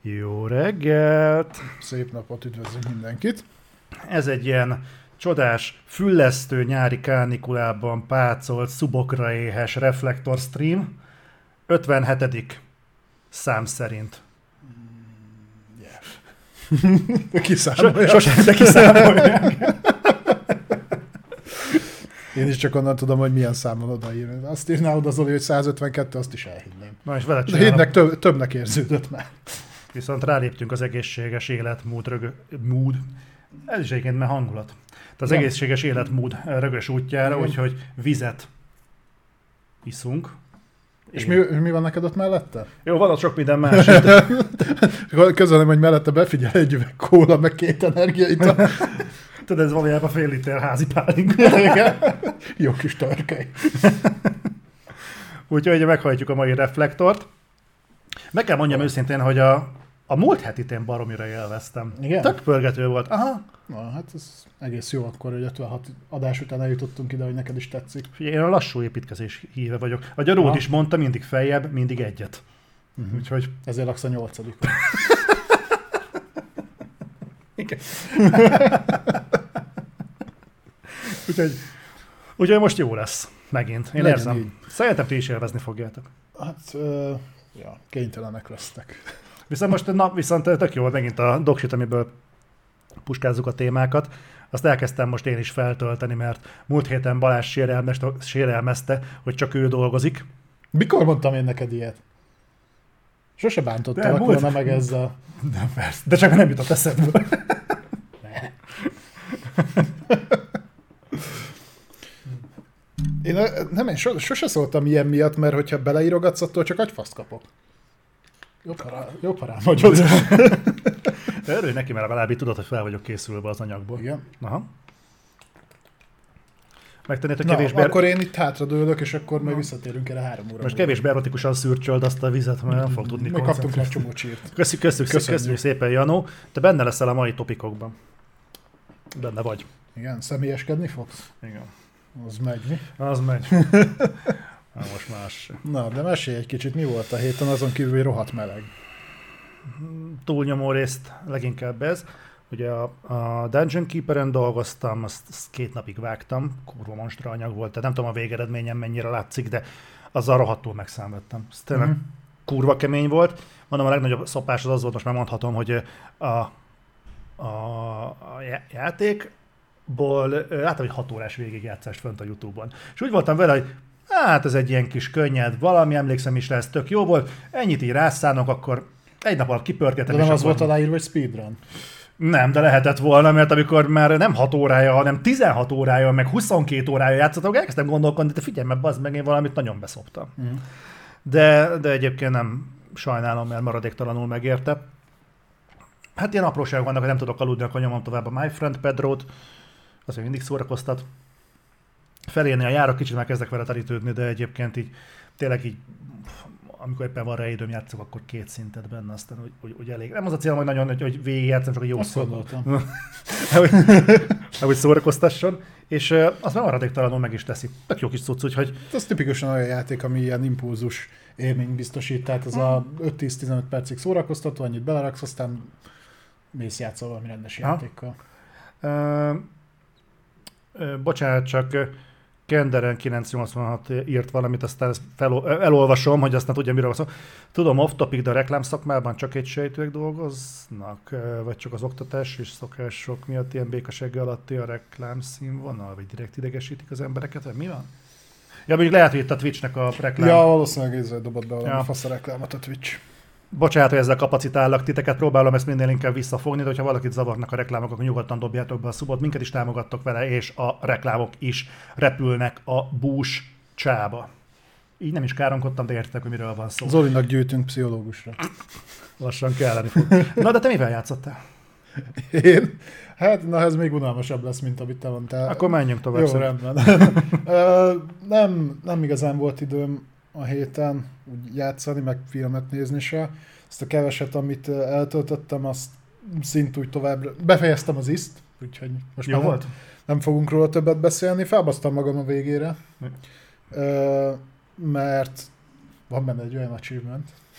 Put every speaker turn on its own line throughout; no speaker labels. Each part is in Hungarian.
Jó reggelt!
Szép napot, üdvözlünk mindenkit!
Ez egy ilyen csodás, füllesztő nyári kánikulában pácolt, szubokra éhes reflektor stream. 57. szám szerint.
De kiszámolják.
Sosem, de kiszámolják.
Én is csak onnan tudom, hogy milyen számon odaírni. Azt írná oda Zoli, hogy 152, azt is elhinném.
Na és veled
De hinnek többnek érződött már.
Viszont ráléptünk az egészséges életmód mód. Ez is egyébként már hangulat. Tehát az egészséges életmód rögös útjára, úgyhogy vizet iszunk.
És mi van neked ott mellette?
Jó, van ott sok minden más.
Közölöm, hogy mellette befigyel egy üveg kóla, meg 2 energiaital.
Tudod, ez valójában fél liter házi pálinka.
Jó kis törkei.
Úgyhogy meghajtjuk a mai reflektort. Meg kell mondjam őszintén, hogy a múlt hetit én baromira élveztem.
Igen?
Tök pörgető volt. Aha.
Na, hát ez egész jó akkor, hogy 56 adás után eljutottunk ide, hogy neked is tetszik.
Én a lassú építkezés híve vagyok. A Ród is mondta, mindig feljebb, mindig egyet. Úgyhogy...
Ezért laksz a 8.
Igen. Úgyhogy most jó lesz. Megint. Én
legyen
érzem.
így.
Szerintem ti is élvezni fogjátok.
Hát, kénytelenek lesztek.
Viszont tök jó volt megint a doksit, amiből puskázzuk a témákat. Azt elkezdtem most én is feltölteni, mert múlt héten Balázs sérelmezte, hogy csak ő dolgozik.
Mikor mondtam én neked ilyet? Sose bántottalak volna meg ezzel.
Nem, persze. De csak nem jutott eszedből.
Én sose szóltam ilyen miatt, mert hogyha beleírogatsz, attól csak agyfaszt kapok. Jobb, ha rám vagyod.
De örülj neki, mert legalább így tudod, hogy fel vagyok készülve az anyagból.
Igen.
Aha. Megtennétek
Na,
kevésbé...
akkor én itt hátradőlök, és akkor majd visszatérünk erre 3 óra.
Most kevésbé erotikusan szürcsöld azt a vizet, mert nem fog tudni
Meg kaptunk rá egy csomó csírt.
Köszönjük szépen, Janó. Te benne leszel a mai topikokban. Benne vagy.
Igen, személyeskedni fogsz?
Igen.
Az megy, mi?
Az megy. Na, most más.
Na, de mesélj egy kicsit, mi volt a héten, azon kívül, hogy rohadt meleg.
Túlnyomó részt leginkább ez. Ugye a Dungeon Keeper-en dolgoztam, azt 2 napig vágtam, kurva monstra anyag volt, tehát nem tudom a végeredményem mennyire látszik, de azzal rohadtul megszenvedtem. Ez tényleg kurva kemény volt. Mondom, a legnagyobb szopás az volt, most már mondhatom, hogy a játékból láttam, hogy 6 órás végigjátszást fönt a YouTube-on. És úgy voltam vele, hogy hát ez egy ilyen kis könnyed, valami, emlékszem is rá, ez tök jó volt, ennyit így rászánok, akkor egy nap alatt kipörgetem.
De nem az volt aláírva, hogy speedrun?
Nem, de lehetett volna, mert amikor már nem 6 órája, hanem 16 órája, meg 22 órája játszottam, elkezdtem gondolkodni, de figyelj, mert bazd meg, én valamit nagyon beszoptam. De egyébként nem sajnálom, mert maradéktalanul megérte. Hát ilyen apróságok vannak, hogy nem tudok aludni, akkor nyomom tovább a My Friend Pedro-t, az mindig szórakoztat. Felérni a járak, kicsit már kezdek vele terítődni, de egyébként így tényleg így, amikor éppen van rá időm, játszok, akkor 2 szintet benne, aztán hogy elég. Nem az a célom, hogy nagyon, hogy végigjátszom, csak a jó szó. Hogy szórakoztasson, és azt már maradéktalanul meg is teszi. Tök jó kis cucc, úgyhogy...
Ez tipikusan olyan játék, ami ilyen impulzus élmény biztosít, tehát az a 5-10-15 percig szórakoztató, annyit beleraksz, aztán mész játszol valami rendes játékkal.
Bocsánat, csak Kenderen 986 írt valamit, aztán ezt elolvasom, hogy aztán tudja, miről van szó. Tudom, off-topic, de a reklámszakmában csak egy sejtőek dolgoznak, vagy csak az oktatás és szokások miatt ilyen békasegge alatti a reklámszínvonal, vagy direkt idegesítik az embereket, vagy mi van? Ja, mondjuk lehet, hogy itt a Twitchnek a reklám...
Ja, valószínűleg ezzel dobott be valami fasz a reklámot a Twitch.
Bocsánat, hogy ezzel kapacitállak titeket, próbálom ezt minél inkább visszafogni, de hogyha valakit zavarnak a reklámok, akkor nyugodtan dobjátok be a szubot, minket is támogattok vele, és a reklámok is repülnek a bús csába. Így nem is káromkodtam, de értek, hogy miről van szó.
Zolinak gyűjtünk pszichológusra.
Lassan kelleni fog. Na, de te mivel játszottál?
Én? Hát, na ez még unalmasabb lesz, mint amit te mondtál.
Akkor menjünk tovább.
Jó, rendben. Nem igazán volt időm a héten úgy játszani, meg filmet nézni se. Ezt a keveset, amit eltöltöttem, azt szintúgy továbbra... Befejeztem az iszt, úgyhogy most
jó volt?
Nem fogunk róla többet beszélni. Felbasztam magam a végére, mert van benne egy olyan achievement,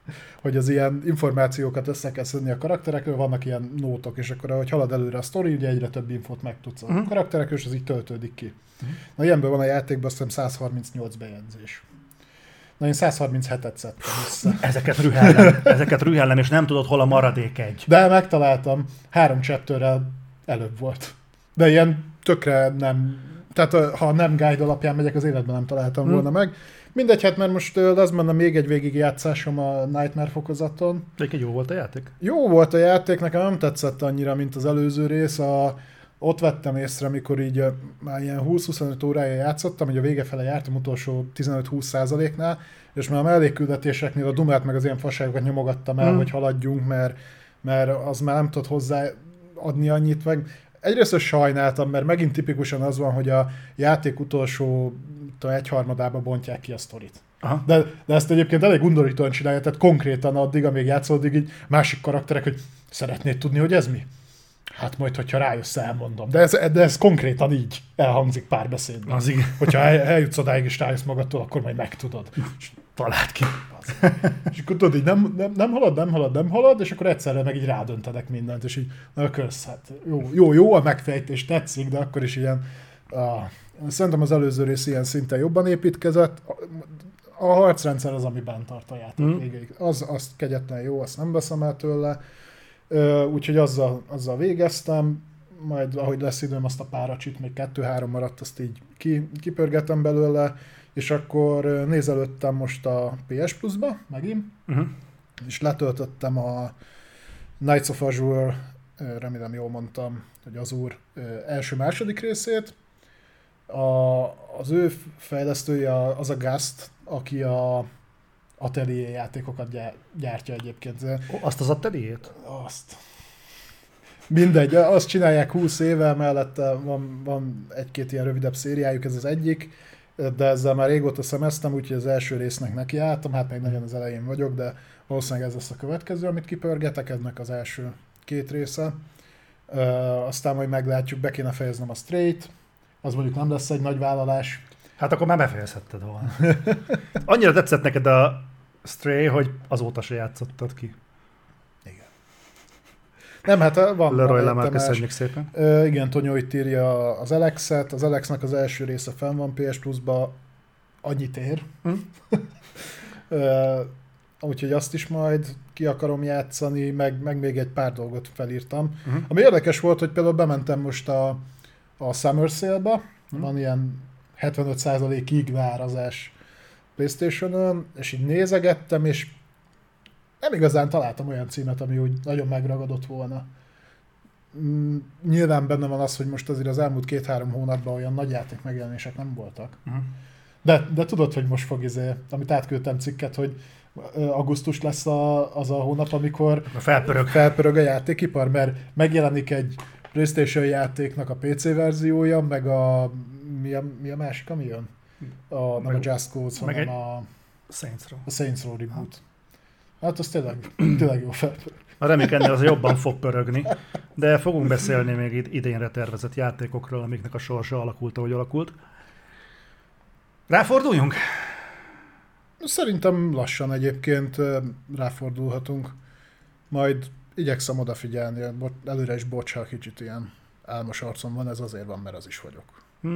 hogy az ilyen információkat össze kell szedni a karakterekről, vannak ilyen nótok, és akkor ahogy halad előre a sztori, ugye egyre több infót megtudsz a karakterekről, és az így töltődik ki. Na ilyenből van a játékban azt hiszem 138 bejegyzés. Na én 137-et szedtem vissza.
Ezeket rühellem, és nem tudod, hol a maradék egy.
De megtaláltam, 3 chapterrel előbb volt. De ilyen tökre nem, tehát ha nem guide alapján megyek, az életben nem találtam volna meg. Mindegy, hát mert most lesz benne még egy végigjátszásom a Nightmare fokozaton.
Egyébként jó volt a játék?
Jó volt a játék, nekem nem tetszett annyira, mint az előző rész. Ott vettem észre, mikor így már ilyen 20-25 órája játszottam, hogy a vége fele jártam utolsó 15-20%-nál, és már a mellékküldetéseknél a dumát meg az ilyen fasságokat nyomogattam el, hogy haladjunk, mert az már nem tud hozzáadni annyit, meg egyrészt sajnáltam, mert megint tipikusan az van, hogy a játék utolsó 1/3-ába bontják ki a sztorit. De ezt egyébként elég undorítóan csinálja, tehát konkrétan addig, amíg játszódik, így másik karakterek, hogy szeretnéd tudni, hogy ez mi? Hát majd, hogyha rájössz, elmondom. De ez konkrétan így elhangzik párbeszédben.
Az igen.
Hogyha eljutsz odáig és rájössz magadtól, akkor majd megtudod.
Találd ki.
És akkor tudod, így nem halad, és akkor egyszerre meg így rádöntenek mindent, és így, na kösz, hát jó, a megfejtés tetszik, de akkor is ilyen, szerintem az előző rész ilyen szinten jobban építkezett. A harcrendszer az, ami bent tart a játék végéig. Az kegyetlen jó, azt nem veszem el tőle. Úgyhogy azzal végeztem, majd ahogy lesz időm, azt a páracsit, még 2-3 maradt, azt így kipörgetem belőle, és akkor nézelődtem most a PS Plus-ba, megint, és letöltöttem a Knights of Azure, remélem jól mondtam, hogy Azure első-második részét. Az ő fejlesztője az a Gast, aki a Atelier játékokat gyártja egyébként.
Azt az Atelier-t?
Azt. Mindegy, azt csinálják 20 éve, mellette van egy-két ilyen rövidebb szériájuk, ez az egyik, de ezzel már régóta szemeztem, úgyhogy az első résznek nekiálltam, hát még nagyon az elején vagyok, de valószínűleg ez lesz a következő, amit kipörgetek, ennek az első 2 része. Aztán majd meglátjuk, be kéne fejeznem a Strait, az mondjuk nem lesz egy nagy vállalás.
Hát akkor már befejezhetted volna. Annyira tetszett neked a Stray, hogy azóta se játszottad ki.
Igen. Nem, hát van.
Leroy Lamar, köszönjük szépen.
Igen, Tonyó itt írja az Alexet. Az Alexnek az első része fenn van PS Plus-ba, annyit ér. Úgyhogy azt is majd ki akarom játszani, meg még egy pár dolgot felírtam. Ami érdekes volt, hogy például bementem most a Summer Sale-ba, van ilyen 75%-ig várazás PlayStation-ön, és így nézegettem, és nem igazán találtam olyan címet, ami úgy nagyon megragadott volna. Nyilván benne van az, hogy most azért az elmúlt 2-3 hónapban olyan nagy játék megjelenések nem voltak. De tudod, hogy most fog amit átküldtem cikket, hogy augusztus lesz az a hónap, amikor felpörög a játékipar, mert megjelenik egy PlayStation játéknak a PC verziója, meg mi a másik, ami jön? Nem a Just Cause, hanem a Saints Row reboot. Hát az tényleg jó felpörög.
Reméljük ennél az jobban fog pörögni, de fogunk beszélni még idénre tervezett játékokról, amiknek a sorsa alakult, ahogy alakult. Ráforduljunk?
Szerintem lassan egyébként ráfordulhatunk. Majd igyekszem odafigyelni, előre is bocs, ha kicsit ilyen álmos arcom van, ez azért van, mert az is vagyok.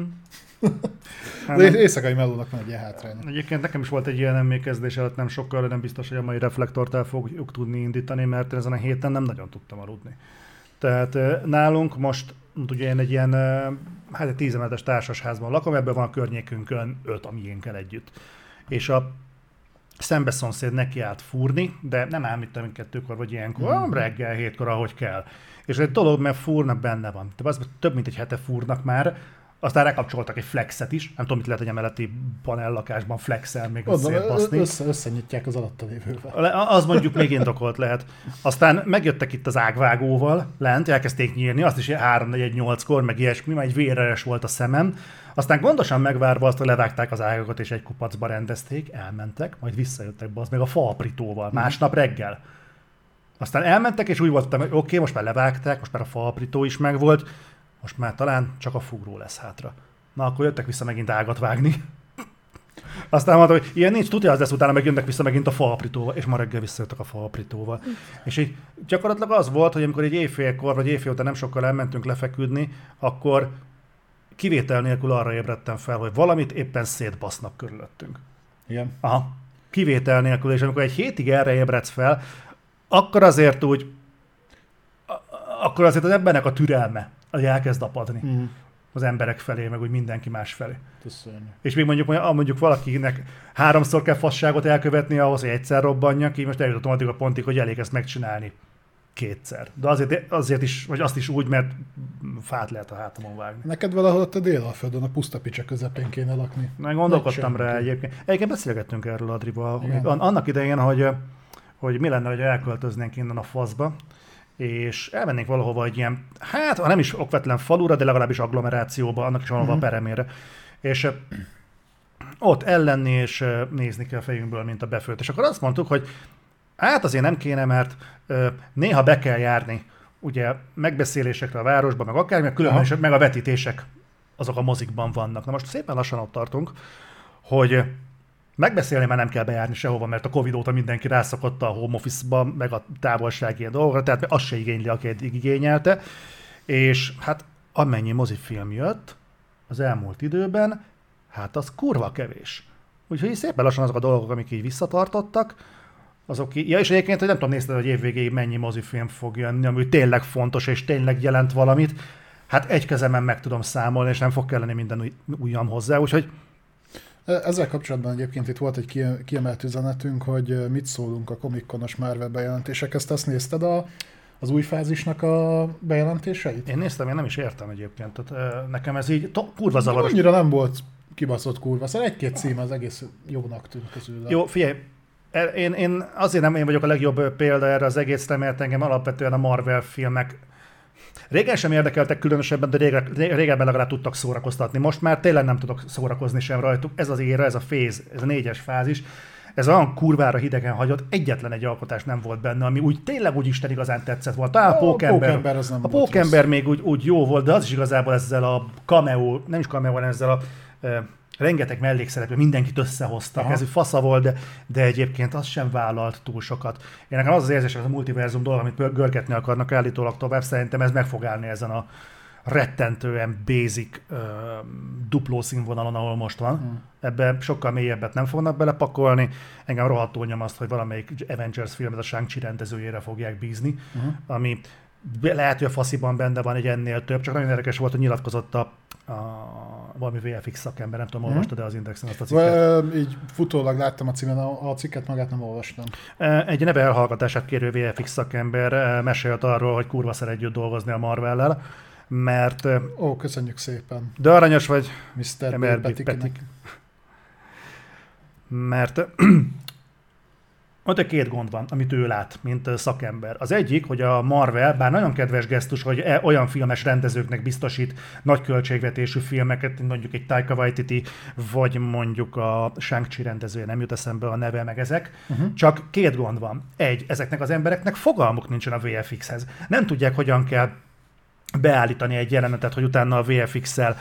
De éjszakai melónak van egy ilyen hátrány.
Egyébként nekem is volt egy ilyen emlékezés előtt nem sokkal, de nem biztos, hogy a mai reflektort el fogjuk tudni indítani, mert ezen a héten nem nagyon tudtam aludni. Tehát nálunk most, ugye én egy ilyen, egy 10 emeletes társasházban lakom, ebben van a környékünkön 5 a miénkkel együtt. És a szembeszomszéd neki állt fúrni, de nem elmittem 2-kor vagy ilyenkor, reggel 7-kor, ahogy kell. És egy dolog, mert fúrnak benne van. De az több mint egy hete fúrnak már, aztán rákapcsoltak egy flexet is, nem tudom, mit lehet egy emeleti panellakásban flexel még
összebaszni. Összenyitják az alatta lévővel.
Az mondjuk még indokolt lehet. Aztán megjöttek itt az ágvágóval lent, elkezdték nyírni, azt is 3-4-8-kor, meg ilyesmi, már egy véreres volt a szemem. Aztán gondosan megvárva azt, hogy levágták az ágakat és egy kupacba rendezték, elmentek, majd visszajöttek be, az meg a faaprítóval, másnap reggel. Aztán elmentek, és úgy voltam, hogy oké, most már levágták, most már a faaprító is megvolt, most már talán csak a fúró lesz hátra. Na, akkor jöttek vissza megint ágat vágni. Aztán mondta, hogy ilyen nincs, tudja, az lesz utána, meg jönnek vissza megint a faaprítóval, és ma reggel visszajöttek a faaprítóval. És így gyakorlatilag az volt, hogy amikor egy éjfélkor, vagy éjfél után nem sokkal elmentünk lefeküdni, akkor kivétel nélkül arra ébredtem fel, hogy valamit éppen szétbasznak körülöttünk.
Igen.
Aha. Kivétel nélkül, és amikor egy hétig erre ébredsz fel, akkor azért az embernek a türelme, hogy elkezd apadni az emberek felé, meg úgy mindenki más felé. És még mondjuk valakinek 3-szor kell fasságot elkövetni ahhoz, hogy egyszer robbanja ki, most eljutottam addig a pontig, hogy elég ezt megcsinálni 2-szer. De azért is, vagy azt is úgy, mert fát lehet a hátamon vágni.
Neked valahol ott a Délalföldön, a puszta picsa közepén kéne lakni.
Gondolkodtam rá egyébként. Egyébként beszélgettünk erről Adrival. Annak idején, hogy mi lenne, hogy elköltöznénk innen a faszba, és elmennénk valahova egy ilyen, hát ha nem is okvetlen falura, de legalábbis agglomerációba, annak is valahova a peremére. És ott ellenni és nézni kell a fejünkből, mint a befőt. És akkor azt mondtuk, hogy hát azért nem kéne, mert néha be kell járni ugye megbeszélésekre a városban, meg akármi, különben meg a vetítések azok a mozikban vannak. Na most szépen lassan ott tartunk, hogy megbeszélni már nem kell bejárni sehova, mert a Covid óta mindenki rászokott a home office-ba, meg a távolság ilyen dolgokra, tehát azt se igényli, aki eddig igényelte. És hát amennyi mozifilm jött az elmúlt időben, hát az kurva kevés. Úgyhogy szépen lassan azok a dolgok, amik így visszatartottak, azok ja, és egyébként, hogy nem tudom, nézted, hogy évvégéig mennyi mozifilm fog jönni, ami tényleg fontos, és tényleg jelent valamit. Hát egy kezemen meg tudom számolni, és nem fog kelleni minden ujjam hozzá, úgyhogy
ezzel kapcsolatban egyébként itt volt egy kiemelt üzenetünk, hogy mit szólunk a Comic-Conos Marvel bejelentésekhez. Te azt nézted az új fázisnak a bejelentéseit?
Én néztem, én nem is értem egyébként. Tehát, nekem ez így kurva zavaros.
Annyira nem volt kibaszott kurva, szóval egy-két cím az egész jónak tűnt közül.
Jó, figyelj, én azért nem én vagyok a legjobb példa erre az egészre, mert engem alapvetően a Marvel filmek régen sem érdekeltek különösebben, de régebben legalább tudtak szórakoztatni. Most már tényleg nem tudok szórakozni sem rajtuk. Ez az éra, ez a féz, ez a 4-es fázis, ez olyan kurvára hidegen hagyott, egyetlen egy alkotás nem volt benne, ami úgy tényleg úgy Isten igazán tetszett volt. Talán a Pókember még úgy jó volt, de az is igazából ezzel a cameo, nem is cameo, hanem ezzel a rengeteg mellékszereplő, mindenkit összehoztak, ez fasza volt, de egyébként az sem vállalt túl sokat. Én nekem az az érzés, hogy ez a multiverzum dolog, amit görgetni akarnak állítólag tovább, szerintem ez meg fog állni ezen a rettentően basic dupló színvonalon, ahol most van. Ebbe sokkal mélyebbet nem fognak belepakolni. Engem rohadtul nyomaszt, hogy valamelyik Avengers filmet a Shang-Chi rendezőjére fogják bízni, ami lehet, hogy a fasziban benne van egy ennél több, csak nagyon érdekes volt, hogy nyilatkozott a valami VFX szakember, nem tudom, olvastad-e az Indexen azt a cikket?
Így futólag láttam a címen, a cikket magát nem olvastam.
Egy neve elhallgatását kérő VFX szakember mesélt arról, hogy kurva szeret együtt dolgozni a Marvellel, mert...
köszönjük szépen.
De aranyos vagy,
Mr. Petik.
Mert ott egy 2 gond van, amit ő lát, mint szakember. Az egyik, hogy a Marvel, bár nagyon kedves gesztus, hogy olyan filmes rendezőknek biztosít nagy költségvetésű filmeket, mondjuk egy Taika Waititi, vagy mondjuk a Shang-Chi rendezője, nem jut eszembe a neve, meg ezek. Csak 2 gond van. Ezeknek az embereknek fogalmuk nincsen a VFX-hez. Nem tudják, hogyan kell beállítani egy jelenetet, hogy utána a VFX-szel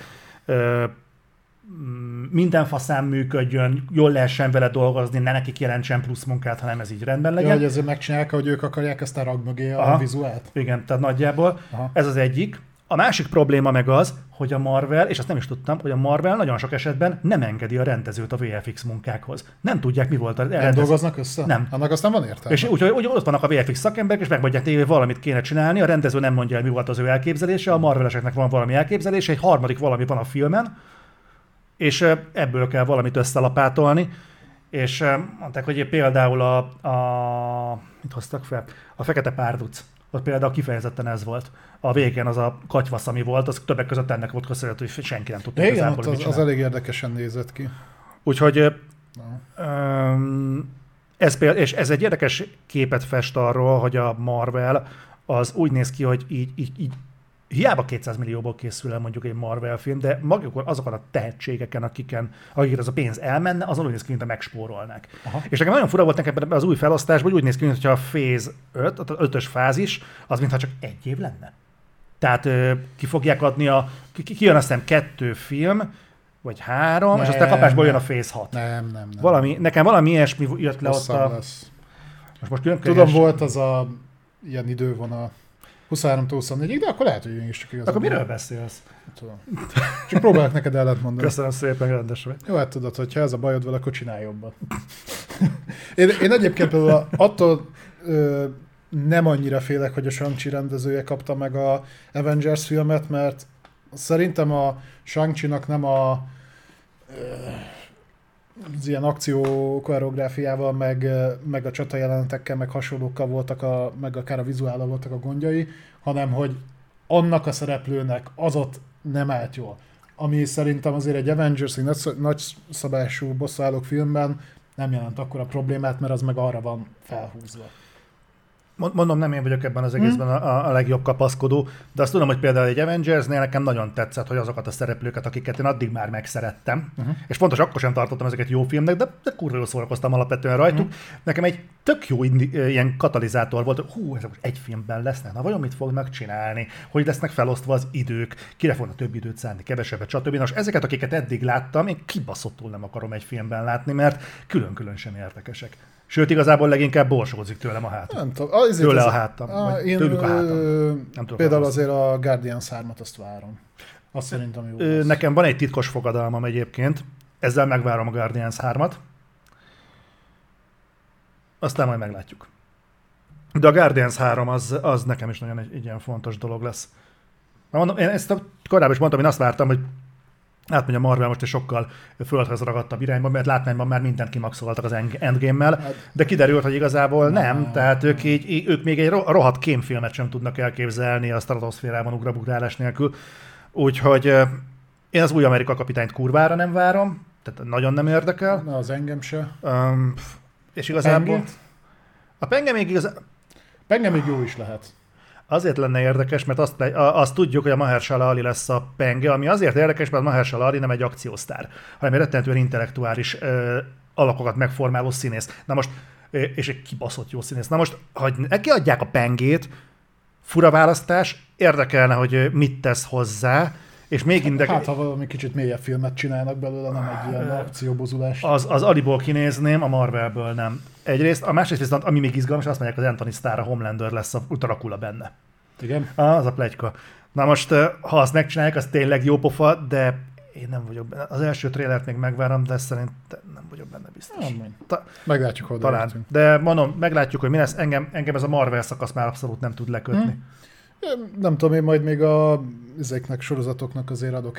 minden faszán működjön, jól lehessen vele dolgozni, ne nekik jelentsen plusz munkát, hanem ez így rendben legyen.
Ja, hogy ezért megcsinálják, hogy ők akarják, aztán rag mögé a vizuált?
Igen, tehát nagyjából. Ez az egyik. A másik probléma meg az, hogy a Marvel, és azt nem is tudtam, hogy a Marvel nagyon sok esetben nem engedi a rendezőt a VFX munkákhoz. Nem tudják, mi volt a rendező.
Nem dolgoznak össze?
Nem.
Annak aztán van értelme.
És úgyhogy ott vannak a VFX szakemberek, és megmondják, hogy valamit kéne csinálni, a rendező nem mondja el, mi volt az ő elképzelése, a Marveleseknek van valami elképzelése, egy harmadik valami van a filmen, és ebből kell valamit összelapátolni, és mondták, hogy például mit hoztak fel? A Fekete Párduc. Ott például kifejezetten ez volt. A végén az a katyvasz, ami volt, az többek között ennek volt köszönhető, hogy senki nem tudta
igazából mit csinálni. Az elég érdekesen nézett ki.
Úgyhogy ez egy érdekes képet fest arról, hogy a Marvel az úgy néz ki, hogy így hiába 200 millióból készül el mondjuk egy Marvel film, de maguk azokon a tehetségeken, akikre az a pénz elmenne, azon úgy néz ki, mintha megspórolnák. És nekem nagyon fura volt nekem az új felosztásban, hogy úgy néz ki, mintha a Phase 5, az 5-ös fázis, az mintha csak 1 év lenne. Tehát ki fogják adni kijön aztán 2 film, vagy 3, és aztán kapásból jön a Phase 6.
Nem.
Nekem valami ilyesmi jött le ott a...
Lesz.
Most
tudom, volt az a ilyen idővonal 23-24-ig, de akkor lehet, hogy én is csak igazán.
Akkor miről beszélsz?
Tudom. Csak próbálok neked ellentmondani.
Köszönöm szépen, rendes vagy.
Jó, hát tudod, hogyha ez a bajod vele, akkor csinálj jobban. Én egyébként például attól nem annyira félek, hogy a Shang-Chi rendezője kapta meg a Avengers filmet, mert szerintem a Shang-Chi-nak nem az ilyen akció koreográfiával, meg a csata jelenetekkel, meg hasonlókkal voltak, meg akár a vizuállal voltak a gondjai, hanem hogy annak a szereplőnek az ott nem állt jól. Ami szerintem azért egy Avengers, egy nagy szabású bosszúállók filmben nem jelent akkora problémát, mert az meg arra van felhúzva.
Mondom, nem én vagyok ebben az egészben a legjobb kapaszkodó, de azt tudom, hogy például egy Avengersnél nekem nagyon tetszett, hogy azokat a szereplőket, akiket én addig már megszerettem, és fontos, akkor sem tartottam ezeket jó filmnek, de kurva jól szórakoztam alapvetően rajtuk. Nekem egy tök jó ilyen katalizátor volt, hogy ezek most egy filmben lesznek, na vajon mit fognak csinálni, hogy lesznek felosztva az idők, kire fognak több időt szánni, kevesebbet, stb. Most ezeket, akiket eddig láttam, én kibaszottul nem akarom egy filmben látni, mert külön-külön sem érdekesek. Sőt, igazából leginkább borsózik tőlem a hátam.
Nem tudom.
Tőle a hátam. Tőlük a hátam.
Nem tudom, például azért a Guardians 3-at azt várom. Azt szerintem jó lesz.
Nekem van egy titkos fogadalmam egyébként. Ezzel megvárom a Guardians 3-at. Aztán majd meglátjuk. De a Guardians 3 az nekem is nagyon egy ilyen fontos dolog lesz. Mondom, én ezt korábban is mondtam, én azt vártam, hogy átmegy a Marvel most egy sokkal földhez ragadtabb irányba, mert látványban már mindent kimaxoltak az Endgame-mel, de kiderült, hogy igazából nem, tehát ők még egy rohadt kémfilmet sem tudnak elképzelni a stratoszférában ugrabugrálás nélkül. Úgyhogy én az új Amerika kapitányt kurvára nem várom, tehát nagyon nem érdekel.
Na, az engem se.
És igazából... A Penge még igazából...
Penge még jó is lehet.
Azért lenne érdekes, mert azt tudjuk, hogy a Mahershala Ali lesz a Penge, ami azért érdekes, mert a Mahershala Ali nem egy akciósztár, hanem egy rettentően intellektuális alakokat megformáló színész. Na most, és egy kibaszott jó színész. Na most, hogy neki adják a Pengét, fura választás, érdekelne, hogy mit tesz hozzá, és még
Hát, ha valami kicsit mélyebb filmet csinálnak belőle, nem egy ilyen akcióbozulást.
Az Aliból kinézném, a Marvelből nem. Egyrészt, a másrészt viszont, ami még izgalmas, azt mondják, az Anthony Starr, a Homelander lesz a Dracula benne.
Igen?
Az a pletyka. Na most, ha azt megcsinálják, az tényleg jó pofa, de én nem vagyok benne. Az első trélert még megvárom, de szerintem nem vagyok benne biztos.
Meglátjuk, hogy
talán. De mondom, meglátjuk, hogy mi lesz. Engem ez a Marvel szakasz már abszolút nem tud lekötni.
Nem tudom, én majd még ezeknek sorozatoknak azért adok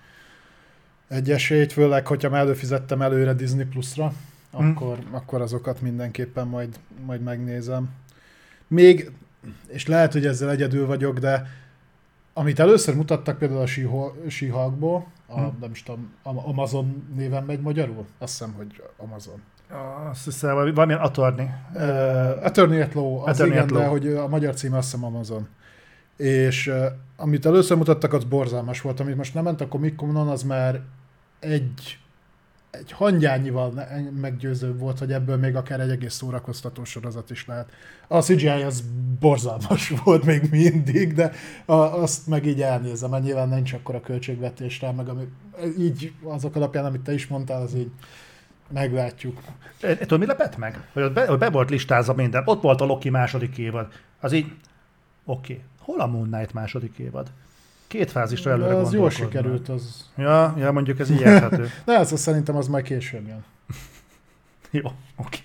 egy esélyt, főleg, hogyha már előfizettem előre Disney Plus-ra, akkor azokat mindenképpen majd megnézem. Még, és lehet, hogy ezzel egyedül vagyok, de amit először mutattak például a She-Hulkból, nem is tudom, Amazon néven megy magyarul? Azt hiszem, hogy Amazon.
Azt hiszem, valamilyen Attorney.
Attorney at Law, az Attorney igen, de hogy a magyar címe azt hiszem Amazon. És amit először mutattak, az borzalmas volt. Amit most nem ment a Comic-Conon, az már egy hangyányival meggyőzőbb volt, hogy ebből még akár egy egész szórakoztató sorozat is lehet. A CGI az borzalmas volt még mindig, de azt meg így elnézem, mert nyilván nincs akkora költségvetés rá, meg így azok alapján, amit te is mondtál, az így meglátjuk.
Tudod, mi lepett meg? Hogy be volt listázva minden. Ott volt a Loki második évad. Az így, oké. Hol a Moon Knight másoké évad? 2 fázisra előre gondolkodnak.
Az jól sikerült. Az...
Ja, mondjuk ez így érthető.
De ez szerintem az majd később jön.
Jó, oké.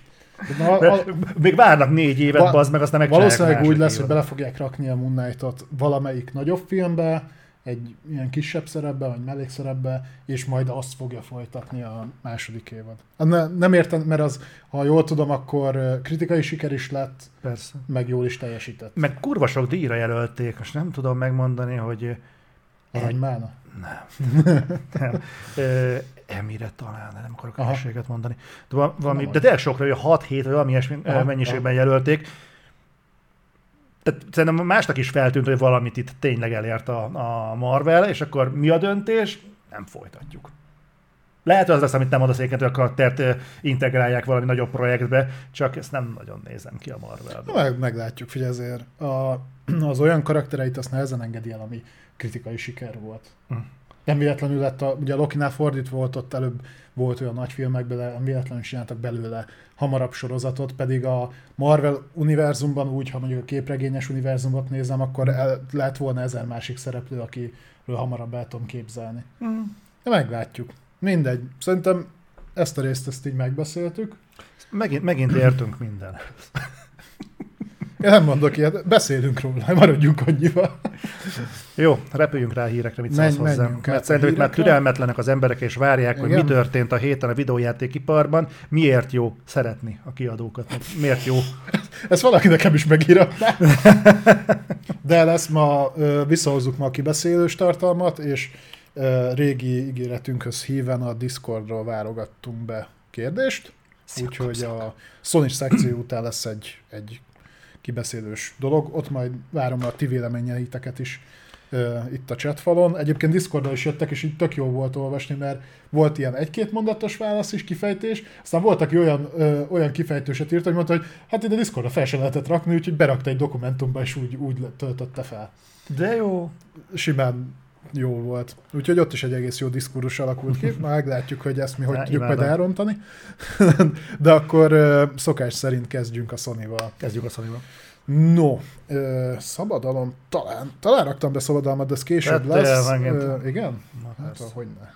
Még várnak 4 évet, bazd meg, aztán megcsinálják.
Valószínűleg úgy lesz, hogy bele fogják rakni a Moon Knight-ot valamelyik nagyobb filmbe, egy ilyen kisebb szerepbe, vagy mellékszerepbe, és majd azt fogja folytatni a második évad. Nem értem, mert az, ha jól tudom, akkor kritikai siker is lett,
persze,
meg jól is teljesített.
Meg kurva sok díjra jelölték, most nem tudom megmondani, hogy...
Aranymána?
Nem. Emire talán, nem akarok hülyeséget mondani. De tényleg sokra, hogy 6-7 vagy valami mennyiségben jelölték. Tehát szerintem másnak is feltűnt, hogy valamit itt tényleg elért a Marvel, és akkor mi a döntés? Nem folytatjuk. Lehet, hogy az lesz, amit nem mondasz egyébként, hogy a karaktert integrálják valami nagyobb projektbe, csak ezt nem nagyon nézem ki a Marvelben.
Meglátjuk, figyelj, azért az olyan karaktereit azt nehezen engedi el, ami kritikai siker volt. Nem véletlenül lett ugye a Loki-nál fordítva volt, ott előbb volt olyan nagy filmekben, de nem véletlenül csináltak belőle hamarabb sorozatot, pedig a Marvel univerzumban úgy, ha mondjuk a képregényes univerzumot nézem, akkor lehet volna 1000 másik szereplő, akiről hamarabb el tudom képzelni. De meglátjuk. Mindegy. Szerintem ezt a részt így megbeszéltük.
Megint értünk minden.
Én nem mondok ilyet, beszélünk róla, maradjunk annyival.
Jó, repüljünk rá a hírekre, mit szólsz hozzám. Mert szerintem itt már türelmetlenek az emberek, és várják, igen, hogy mi történt a héten a videójátékiparban, miért jó szeretni a kiadókat, miért jó.
Ezt valaki nekem is megíratná. De lesz ma, visszahozzuk ma a kibeszélős tartalmat, és régi ígéretünkhöz híven a Discordról válogattunk be kérdést, úgyhogy a Sony szekció után lesz egy kibeszélős dolog. Ott majd várom a ti véleményeiteket is itt a chatfalon. Egyébként Discordra is jöttek, és így tök jó volt olvasni, mert volt ilyen 1-2 mondatos válasz is, kifejtés, aztán volt, aki olyan kifejtőset írt, hogy mondta, hogy hát ide Discordra fel se lehetett rakni, úgyhogy berakta egy dokumentumba, és úgy töltötte fel.
De jó.
Simán jó volt. Úgyhogy ott is egy egész jó diszkurzus alakult ki. Meglátjuk, hogy ezt mi hogy tudjuk majd elrontani. De akkor szokás szerint kezdjünk a Sony-val.
Kezdjük a Sony-val.
No, szabadalom, talán raktam be szabadalmat, de ez később lesz. Igen?
Na,
hát, hogyne.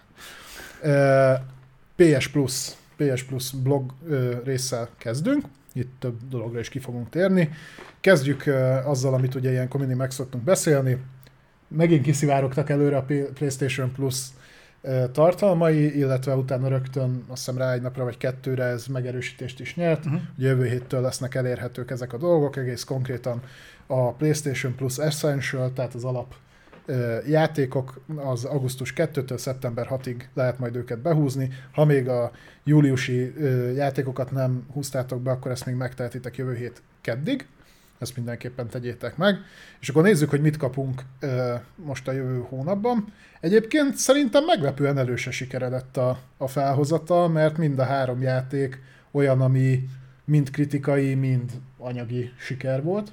PS Plus blog résszel kezdünk. Itt több dologra is ki fogunk térni. Kezdjük azzal, amit ugye ilyenkor mindig meg szoktunk beszélni. Megint kiszivárogtak előre a PlayStation Plus tartalmai, illetve utána rögtön azt hiszem rá egy napra vagy 2-re ez megerősítést is nyert. Ugye jövő héttől lesznek elérhetők ezek a dolgok, egész konkrétan a PlayStation Plus Essential, tehát az alap játékok az augusztus 2-től szeptember 6-ig lehet majd őket behúzni. Ha még a júliusi játékokat nem húztátok be, akkor ezt még megtehetitek jövő hét keddig. Ezt mindenképpen tegyétek meg. És akkor nézzük, hogy mit kapunk most a jövő hónapban. Egyébként szerintem meglepően előse sikeredett a felhozata, mert mind a 3 játék olyan, ami mind kritikai, mind anyagi siker volt.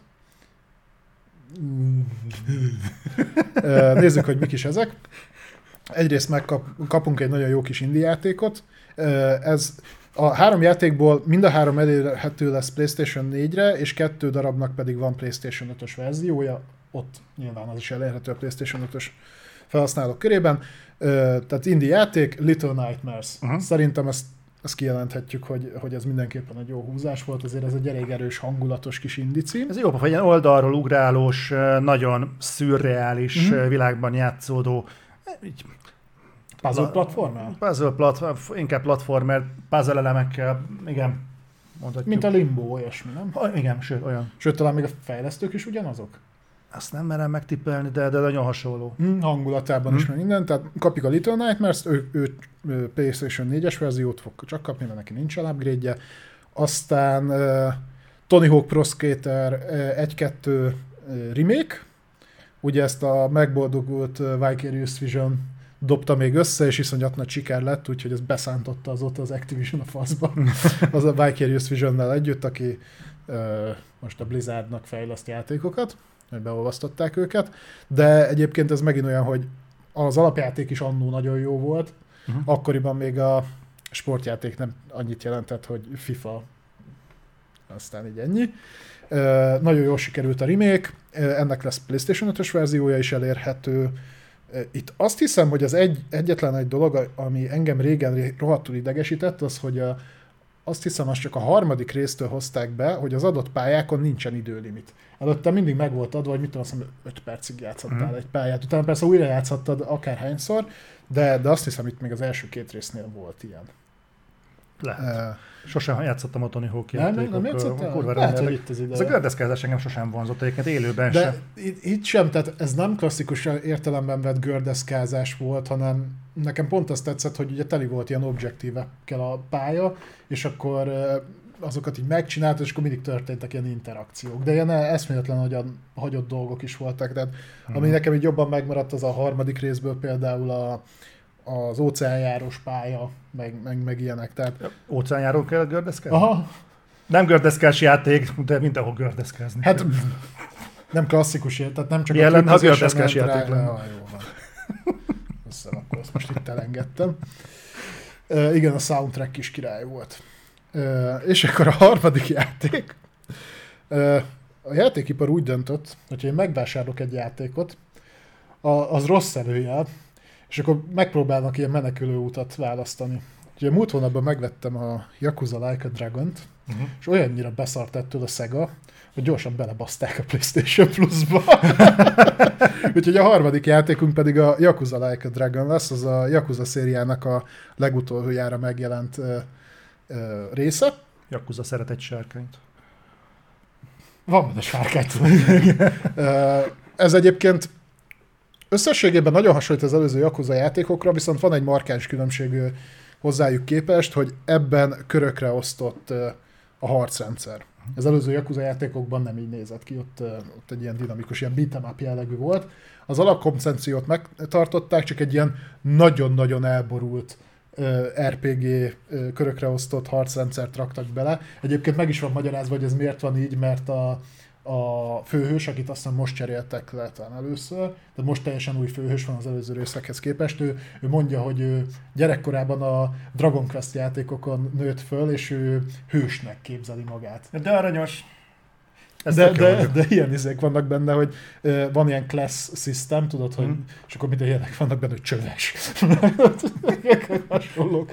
Nézzük, hogy mik is ezek. Egyrészt megkapunk egy nagyon jó kis indie játékot. Ez a 3 játékból mind a 3 elérhető lesz PlayStation 4-re, és 2 darabnak pedig van PlayStation 5-ös verziója. Ott nyilván az is elérhető a PlayStation 5-ös felhasználók körében. Tehát indie játék, Little Nightmares. Szerintem ezt kijelenthetjük, hogy ez mindenképpen egy jó húzás volt, azért ez egy elég erős, hangulatos kis indie cím.
Ez jó, hogy ilyen oldalról ugrálós, nagyon szürreális világban játszódó, így
puzzle platformer?
Inkább platformer, puzzle elemekkel, igen. Mondhatjuk.
Mint a Limbo, olyasmi, nem?
Igen, sőt, olyan.
Sőt, talán még a fejlesztők is ugyanazok?
Azt nem merem megtippelni, de nagyon hasonló.
Hangulatában is meg minden, tehát kapjuk a Little Nightmares-t, ő PlayStation 4-es verziót fog csak kapni, mert neki nincsen upgrade-je. Aztán Tony Hawk Pro Skater 1-2 remake, ugye ezt a megboldogult Vicarious Vision dobta még össze, és iszonyat nagy siker lett, úgyhogy ez beszántotta azóta az Activision a faszba. Az a Vicarious Visionnel együtt, aki most a Blizzardnak fejleszt játékokat, hogy beolvasztották őket, de egyébként ez megint olyan, hogy az alapjáték is annó nagyon jó volt, akkoriban még a sportjáték nem annyit jelentett, hogy FIFA, aztán így ennyi. Nagyon jól sikerült a remake, ennek lesz PlayStation 5-ös verziója is elérhető. Itt azt hiszem, hogy az egyetlen egy dolog, ami engem régen rohadtul idegesített, az, hogy azt hiszem, azt csak a 3. résztől hozták be, hogy az adott pályákon nincsen időlimit. Előtte mindig meg volt adva, hogy mit tudom, 5 percig játszottál egy pályát. Utána persze újra játszhattad akárhányszor, de azt hiszem, itt még az első 2 résznél volt ilyen.
Lehet. Sosem játszottam a Tony Hawk játékok.
Nem játszottál?
Kurva
lehet, hogy itt az ideje.
Ez a gördeszkázás engem sosem vonzott egyébként élőben
de
sem.
Itt sem, tehát ez nem klasszikus értelemben vett gördeszkázás volt, hanem nekem pont azt tetszett, hogy ugye teli volt ilyen objektívekkel a pálya, és akkor azokat így megcsinált, és akkor mindig történtek ilyen interakciók. De ilyen eszméletlen hagyott dolgok is voltak. De ami nekem így jobban megmaradt, az a 3. részből például az óceánjárós pálya, meg ilyenek. Tehát...
Óceánjáró kell gördeszkázni?
Aha.
Nem gördeszkás játék, de mindenhol gördeszkázni.
Hát nem klasszikus, tehát nem csak
a gördeszkás játék lenne.
Jó van. Russell, akkor azt most itt elengedtem. Igen, a soundtrack is király volt. És akkor a harmadik játék. A játékipar úgy döntött, hogy én megvásárolok egy játékot, az rossz előjel, és akkor megpróbálnak ilyen menekülő utat választani. Ugye múlt hónapban megvettem a Yakuza Like a Dragon-t, és olyannyira beszart ettől a Sega, hogy gyorsan belebaszták a PlayStation Plus-ba. Úgyhogy a harmadik játékunk pedig a Yakuza Like a Dragon lesz, az a Yakuza szériának a legutoljára megjelent része.
Yakuza szeret egy sárkányt.
Van benne sárkányt. Ez egyébként összességében nagyon hasonlít az előző Yakuza játékokra, viszont van egy markáns különbség hozzájuk képest, hogy ebben körökre osztott a harcrendszer. Az előző Yakuza játékokban nem így nézett ki, ott egy ilyen dinamikus, ilyen beat'em up jellegű volt. Az alapkoncepciót megtartották, csak egy ilyen nagyon-nagyon elborult RPG körökre osztott harcrendszert raktak bele. Egyébként meg is van magyarázva, hogy ez miért van így, mert a főhős, akit aztán most cseréltek le talán először, tehát most teljesen új főhős van az előző részekhez képest, ő mondja, hogy ő gyerekkorában a Dragon Quest játékokon nőtt föl, és ő hősnek képzeli magát.
De aranyos.
De ilyen izék vannak benne, hogy van ilyen class system, tudod, hogy, és akkor minden ilyenek vannak benne, hogy csöves. Hasonlók.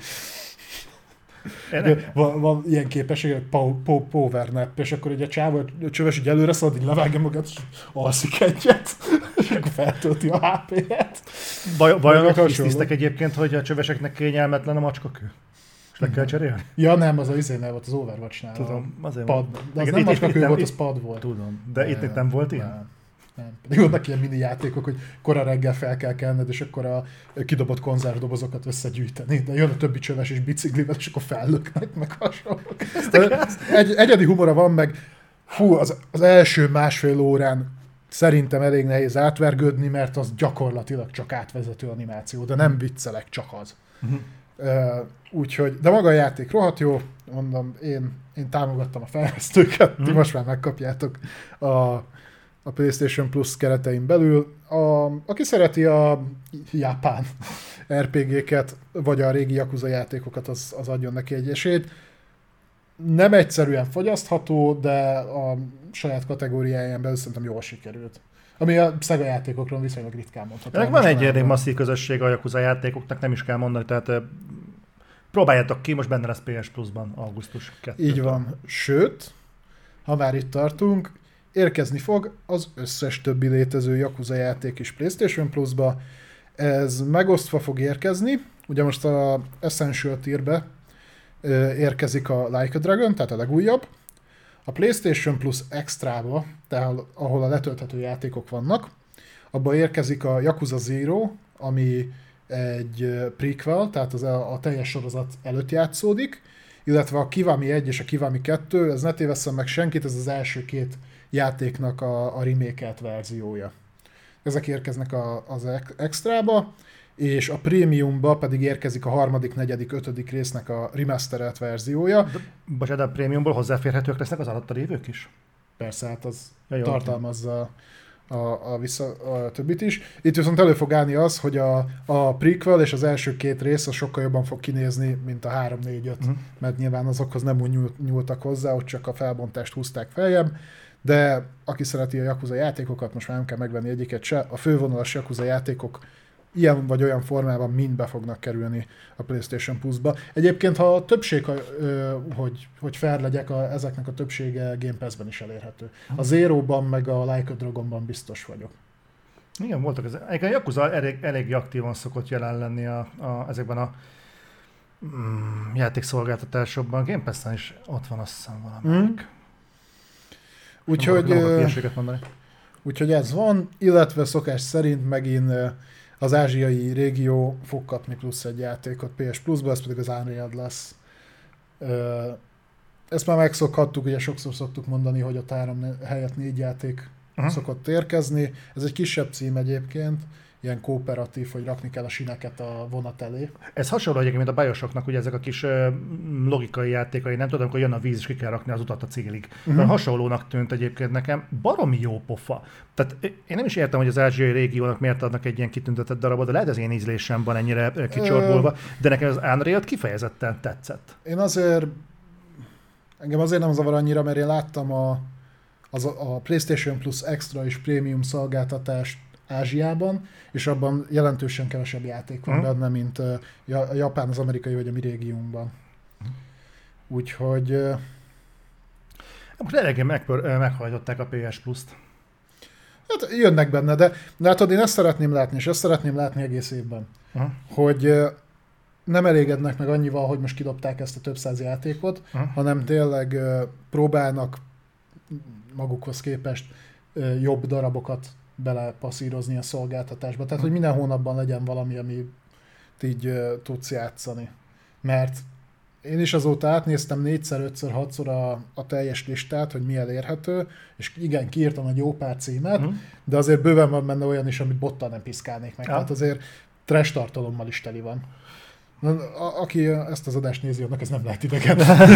Van ilyen képesség, hogy power nap, és akkor ugye a csávó csöves így előre szalad, így levágja magát, és alszik egyet, és akkor feltölti a HP-et.
Vajon ott hisztisztek egyébként, hogy a csöveseknek kényelmetlen a macskakő? És le kell cserélni?
Ja nem, az az izénél volt, az Overwatch-nál.
Tudom, azért
pad. De az nem macskakő volt, az pad volt.
Tudom, de itt nem volt ilyen?
Nem. Pedig vannak ilyen mini játékok, hogy kora reggel fel kell kelned, és akkor a kidobott konzervdobozokat összegyűjteni. De jön a többi csöves és biciklivel, és akkor fellöknek, meg hasonlók. Egyedi humora van, meg az első másfél órán szerintem elég nehéz átvergődni, mert az gyakorlatilag csak átvezető animáció, de nem viccelek, csak az. Úgyhogy, de maga a játék rohadt jó, mondom, én támogattam a fejlesztőket, ti most már megkapjátok a PlayStation Plus keretein belül. Aki szereti a japán RPG-ket, vagy a régi Yakuza játékokat, az adjon neki egy esélyt. Nem egyszerűen fogyasztható, de a saját kategóriáján belül szerintem jól sikerült. Ami a Sega játékokról viszonylag ritkán mondható.
Ennek van egy elég masszív közösség a Yakuza játékoknak, nem is kell mondani, tehát próbáljátok ki, most benne lesz PS Plus-ban augusztus 2.
Így van. Sőt, ha már itt tartunk, érkezni fog az összes többi létező Yakuza játék is PlayStation Plus-ba. Ez megosztva fog érkezni. Ugye most a Essential Tier-be érkezik a Like a Dragon, tehát a legújabb. A PlayStation Plus Extra-ba, tehát ahol a letölthető játékok vannak, abba érkezik a Yakuza Zero, ami egy prequel, tehát a teljes sorozat előtt játszódik, illetve a Kiwami 1 és a Kiwami 2, ez ne tévesszem meg senkit, ez az első két játéknak a remake-elt verziója. Ezek érkeznek az extrába, és a Premiumba pedig érkezik a harmadik, negyedik, ötödik résznek a remasterelt verziója.
Bocsánat, a Premiumból hozzáférhetők lesznek az alatta lévők is?
Persze, hát az tartalmazza a többit is. Itt viszont elő fog állni az, hogy a prequel és az első két rész az sokkal jobban fog kinézni, mint a 3, 4, 5, mert nyilván azokhoz nem úgy nyúltak hozzá, hogy csak a felbontást húzták feljebb, de aki szereti a Yakuza játékokat, most már nem kell megvenni egyiket se, a fővonalas Yakuza játékok ilyen vagy olyan formában mind be fognak kerülni a PlayStation Plus-ba. Egyébként, ha a többség, hogy fair legyek, ezeknek a többsége Game Pass-ben is elérhető. A Zero-ban meg a Like a Dragon-ban biztos vagyok.
Igen, voltak ezek. A Yakuza elég aktívan szokott jelen lenni ezekben a játékszolgáltatásokban. Game Pass-en is ott van, azt hiszem valamelyik.
Úgyhogy ez van, illetve szokás szerint megint az ázsiai régió fog kapni plusz egy játékot PS Plus-ba, ez pedig az Unreal lesz. Ezt már megszokhattuk, ugye sokszor szoktuk mondani, hogy a 3 helyett 4 játék szokott érkezni. Ez egy kisebb cím egyébként, ilyen kooperatív, hogy rakni kell a sineket a vonat elé.
Ez hasonló egyébként, mint a Bioshocknak, ugye ezek a kis logikai játékai, nem tudom, amikor jön a víz, és ki kell rakni az utat a célig. Hasonlónak tűnt egyébként nekem, baromi jó pofa. Tehát én nem is értem, hogy az ázsiai régiónak miért adnak egy ilyen kitüntetett darabot, de lehet az én ízlésem van ennyire kicsorbulva, de nekem az Unreal kifejezetten tetszett.
Engem azért nem zavar annyira, mert én láttam a PlayStation Plus Extra és Premium szolgáltatást Ázsiában, és abban jelentősen kevesebb játék van benne, mint a japán, az amerikai vagy a mi régiónkban. Úgyhogy...
Most eléggé meghajtották a PS Plus-t.
Hát jönnek benne, de látod, én ezt szeretném látni, és ezt szeretném látni egész évben. Hogy nem elégednek meg annyival, hogy most kidobták ezt a több száz játékot, hanem tényleg próbálnak magukhoz képest jobb darabokat belepasszírozni a szolgáltatásba. Tehát, hogy minden hónapban legyen valami, amit így tudsz játszani. Mert én is azóta átnéztem 4-szer, 5-szer, 6-szor a teljes listát, hogy mi elérhető, és igen, kiírtam egy jó pár címet, de azért bőven van benne olyan is, amit bottal nem piszkálnék meg. Tehát azért trash tartalommal is teli van. Aki ezt az adást nézi, annak ez nem lehet idegen.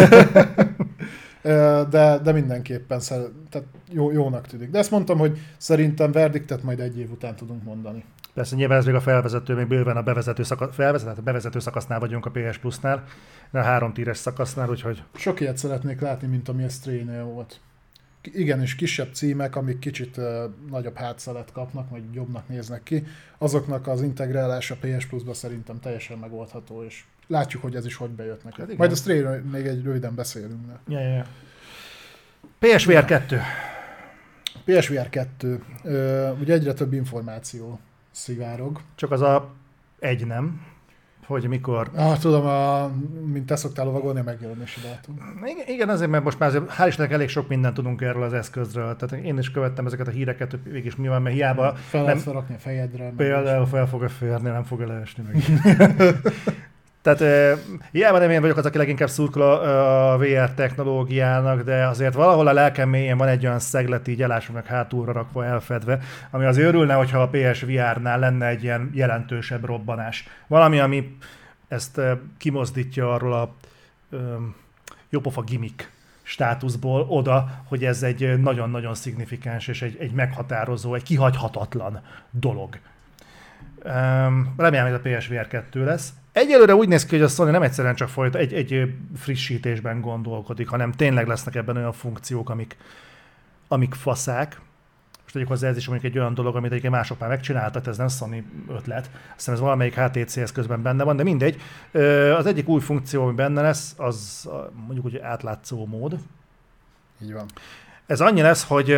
De mindenképpen tehát jónak tűnik. De ezt mondtam, hogy szerintem verdiktet majd egy év után tudunk mondani.
Persze nyilván ez még a felvezető, még bőven a bevezető szakasznál vagyunk a PS Plus-nál, a 3 tíres szakasznál, úgyhogy...
Sok ilyet szeretnék látni, mint ami a Stray-nél volt. Igenis kisebb címek, amik kicsit nagyobb hátszelet kapnak, vagy jobbnak néznek ki, azoknak az integrálása PS Plus-ba szerintem teljesen megoldható, és látjuk, hogy ez is hogy bejött nekünk. Hát majd a Stray-ről még egy röviden beszélünk.
Ja. PSVR 2.
PSVR 2. Ugye egyre több információ szivárog.
Csak az a egy nem, hogy mikor...
Tudom, mint te szoktál lovagolni, a megjelenési dátum.
Igen, azért, mert most már azért, hál' Istennek elég sok mindent tudunk erről az eszközről. Tehát én is követtem ezeket a híreket, hogy végig mi van, mert hiába...
Fel lehet felrakni a fejedre.
Például fel fog férni, nem fog leesni meg. Tehát hiába nem én vagyok az, aki leginkább szurkol a VR technológiának, de azért valahol a lelkem mélyén van egy olyan szeglet így elásomnak hátulra rakva, elfedve, ami azért örülne, hogyha a PSVR-nál lenne egy ilyen jelentősebb robbanás. Valami, ami ezt kimozdítja arról a jópofa gimmick státuszból oda, hogy ez egy nagyon-nagyon szignifikáns és egy meghatározó, egy kihagyhatatlan dolog. Remélem, hogy a PSVR 2 lesz. Egyelőre úgy néz ki, hogy a Sony nem egyszerűen csak egy frissítésben gondolkodik, hanem tényleg lesznek ebben olyan funkciók, amik faszák. Most tegyük hozzá, ez is mondjuk egy olyan dolog, amit egyébként mások már megcsináltak, ez nem Sony ötlet. Aztán ez valamelyik HTC eszközben benne van, de mindegy. Az egyik új funkció, ami benne lesz, az mondjuk úgy átlátszó mód.
Így van.
Ez annyi lesz, hogy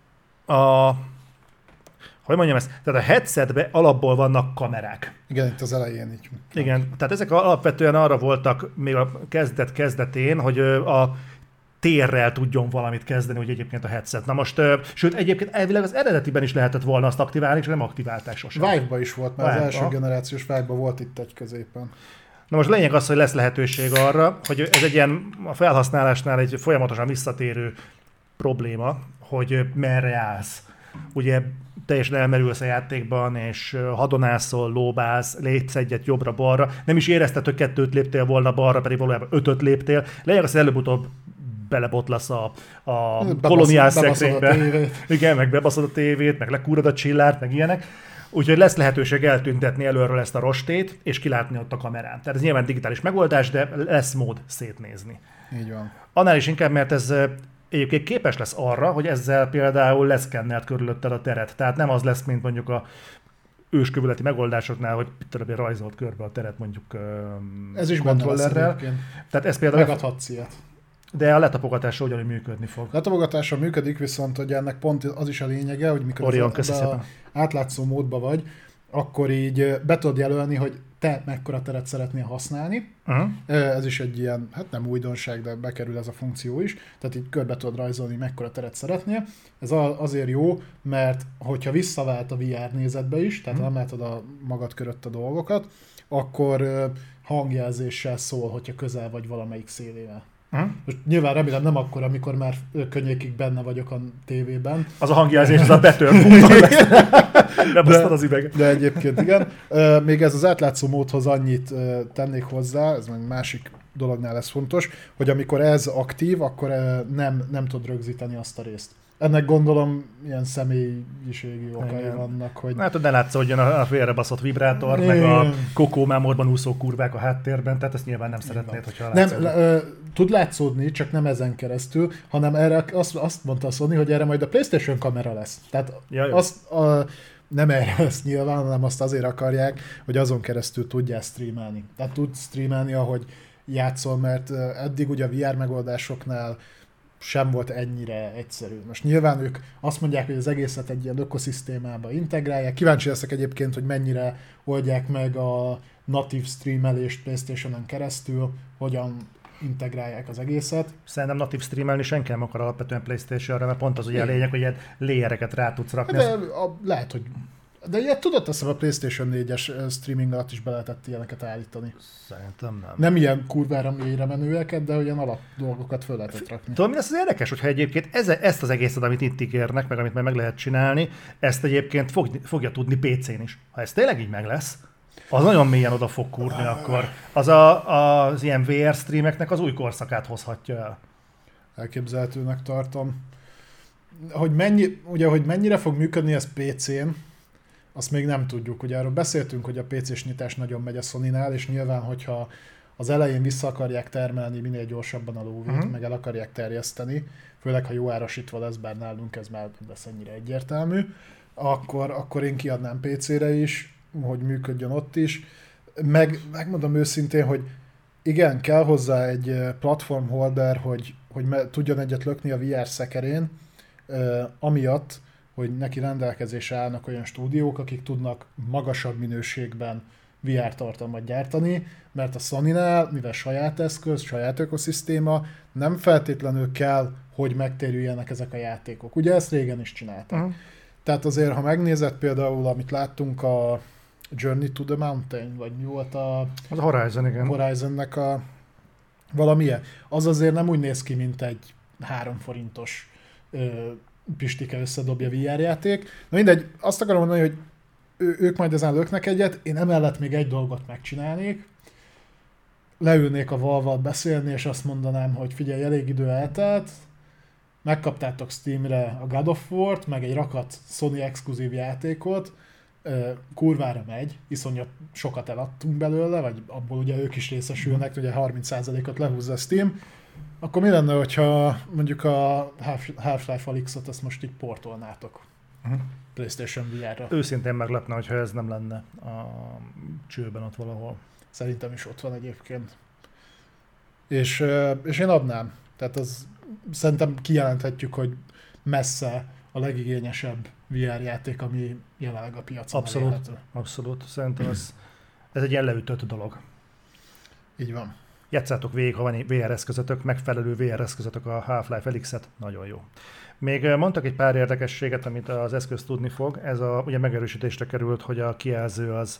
hogy mondjam ezt? Tehát a headsetben alapból vannak kamerák.
Igen, itt az elején így.
Igen, tehát ezek alapvetően arra voltak még a kezdetén, hogy a térrel tudjon valamit kezdeni, hogy egyébként a headset. Na most, sőt, egyébként elvileg az eredetiben is lehetett volna azt aktiválni, és nem aktiválták sosem.
Vive-ba is volt, mert az első generációs Vive-ba volt itt egy középen.
Na most lényeg az, hogy lesz lehetőség arra, hogy ez egy ilyen a felhasználásnál egy folyamatosan visszatérő probléma, hogy merre állsz. Ugye teljesen elmerülsz a játékban, és hadonászol, lóbálsz, lépsz egyet jobbra-balra. Nem is érezted, hogy 2 léptél volna balra, pedig valójában 5 léptél. Lényeg az, hogy előbb-utóbb belebotlasz a koloniál szekrénybe. Igen, meg bebaszod a tévét, meg lekúrod a csillárt, meg ilyenek. Úgyhogy lesz lehetőség eltüntetni előről ezt a rostét, és kilátni ott a kamerán. Tehát ez nyilván digitális megoldás, de lesz mód szétnézni.
Így van.
Annál is inkább, mert ez egyébként képes lesz arra, hogy ezzel például leszkennelt körülötted a teret. Tehát nem az lesz, mint mondjuk a őskövületi megoldásoknál, hogy rajzolt körbe a teret mondjuk
ez is
kontrollerrel. Tehát ez például
megadhatsz ilyet.
De a letapogatással ugyanúgy működni fog.
Letapogatással működik, viszont hogy ennek pont az is a lényege, hogy mikor átlátszó módba vagy, akkor így be tudod jelölni, hogy te mekkora teret szeretnél használni. Ez is egy ilyen, hát nem újdonság, de bekerül ez a funkció is. Tehát így körbe tudod rajzolni, mekkora teret szeretnél. Ez azért jó, mert hogyha visszavált a VR nézetbe is, tehát nem látod a magad körött a dolgokat, akkor hangjelzéssel szól, hogyha közel vagy valamelyik szélével. Most nyilván remélem nem akkor, amikor már könnyékig benne vagyok a tévében.
Az a hangjelzés, az a betört. Bebasztad az üveget.
De egyébként igen. Még ez az átlátszó módhoz annyit tennék hozzá, ez egy másik dolognál lesz fontos, hogy amikor ez aktív, akkor nem tud rögzíteni azt a részt. Ennek gondolom ilyen személyiségi okai vannak, hogy...
Hát, ne látszódjon a félrebaszott vibrátor, meg a Coco Memorban úszó kurvák a háttérben, tehát ezt nyilván nem szeretnéd, hogyha látszódik.
Tud látszódni, csak nem ezen keresztül, hanem erre azt mondta a Sony, hogy erre majd a PlayStation kamera lesz. Tehát nem erre lesz nyilván, hanem azt azért akarják, hogy azon keresztül tudják streamelni. Tehát tud streamelni, ahogy játszol, mert eddig ugye a VR megoldásoknál sem volt ennyire egyszerű. Most nyilván ők azt mondják, hogy az egészet egy ilyen ökoszisztémába integrálják. Kíváncsi leszek egyébként, hogy mennyire oldják meg a natív streamelést PlayStation-on keresztül, hogyan integrálják az egészet.
Szerintem natív streamelni senki nem akar alapvetően PlayStation-ra, mert pont az ugye a lényeg, hogy ilyen layereket rá tudsz rakni.
De lehet, hogy... De ilyet tudod, azt a PlayStation 4-es streaming alatt is be lehetett ilyeneket állítani.
Szerintem nem.
Nem ilyen kurvára mélyre menőeket, de olyan alap dolgokat föl lehetett rakni.
Tudom, mi lesz az érdekes, hogyha egyébként ezt az egészet, amit itt ígérnek, meg amit meg lehet csinálni, ezt egyébként fogja tudni PC-n is. Ha ez tényleg így meg lesz, az nagyon mélyen oda fog kurni akkor. Az ilyen VR streameknek az új korszakát hozhatja el.
Elképzelhetőnek tartom. Hogy mennyire fog működni ez PC-n, azt még nem tudjuk. Ugye arról beszéltünk, hogy a PC-s nyitás nagyon megy a Sonynál, és nyilván, hogyha az elején vissza akarják termelni minél gyorsabban a lóvét, meg el akarják terjeszteni, főleg ha jó árasítva lesz, bár nálunk ez már nem lesz ennyire egyértelmű, akkor én kiadnám PC-re is, hogy működjön ott is. Megmondom őszintén, hogy igen, kell hozzá egy platform holder, hogy tudjon egyet lökni a VR szekerén, amiatt, hogy neki rendelkezésre állnak olyan stúdiók, akik tudnak magasabb minőségben VR tartalmat gyártani, mert a Sonynál, mivel saját eszköz, saját ökoszisztéma, nem feltétlenül kell, hogy megtérüljenek ezek a játékok. Ugye ezt régen is csinálták. Tehát azért, ha megnézed például, amit láttunk a Journey to the Mountain, vagy mi volt
az a Horizon, igen.
Horizonnek a valamilyen, az azért nem úgy néz ki, mint egy 3 forintos pistike összedobja VR játék. Na mindegy, azt akarom mondani, hogy ők majd ezen löknek egyet, én emellett még egy dolgot megcsinálnék, leülnék a Valve-val beszélni, és azt mondanám, hogy figyelj, elég idő eltelt, megkaptátok Steamre a God of War-t, meg egy rakat Sony exkluzív játékot, kurvára megy, iszonyat sokat eladtunk belőle, vagy abból ugye ők is részesülnek, ugye 30%-ot lehúzza a Steam, akkor mi lenne, hogyha mondjuk a Half-Life Alyx-ot ezt most így portolnátok PlayStation VR-ra?
Őszintén meglepne, hogyha ez nem lenne a csőben ott valahol.
Szerintem is ott van egyébként. És én adnám. Tehát az szerintem kijelenthetjük, hogy messze a legigényesebb VR játék, ami jelenleg a piacon elérhető.
Abszolút. Szerintem ez egy ilyen leütött dolog.
Így van.
Játszátok végig, ha van VR eszközötök, megfelelő VR eszközötök a Half-Life Alyx-et, nagyon jó. Még mondtak egy pár érdekességet, amit az eszköz tudni fog. Ez ugye megerősítésre került, hogy a kijelző az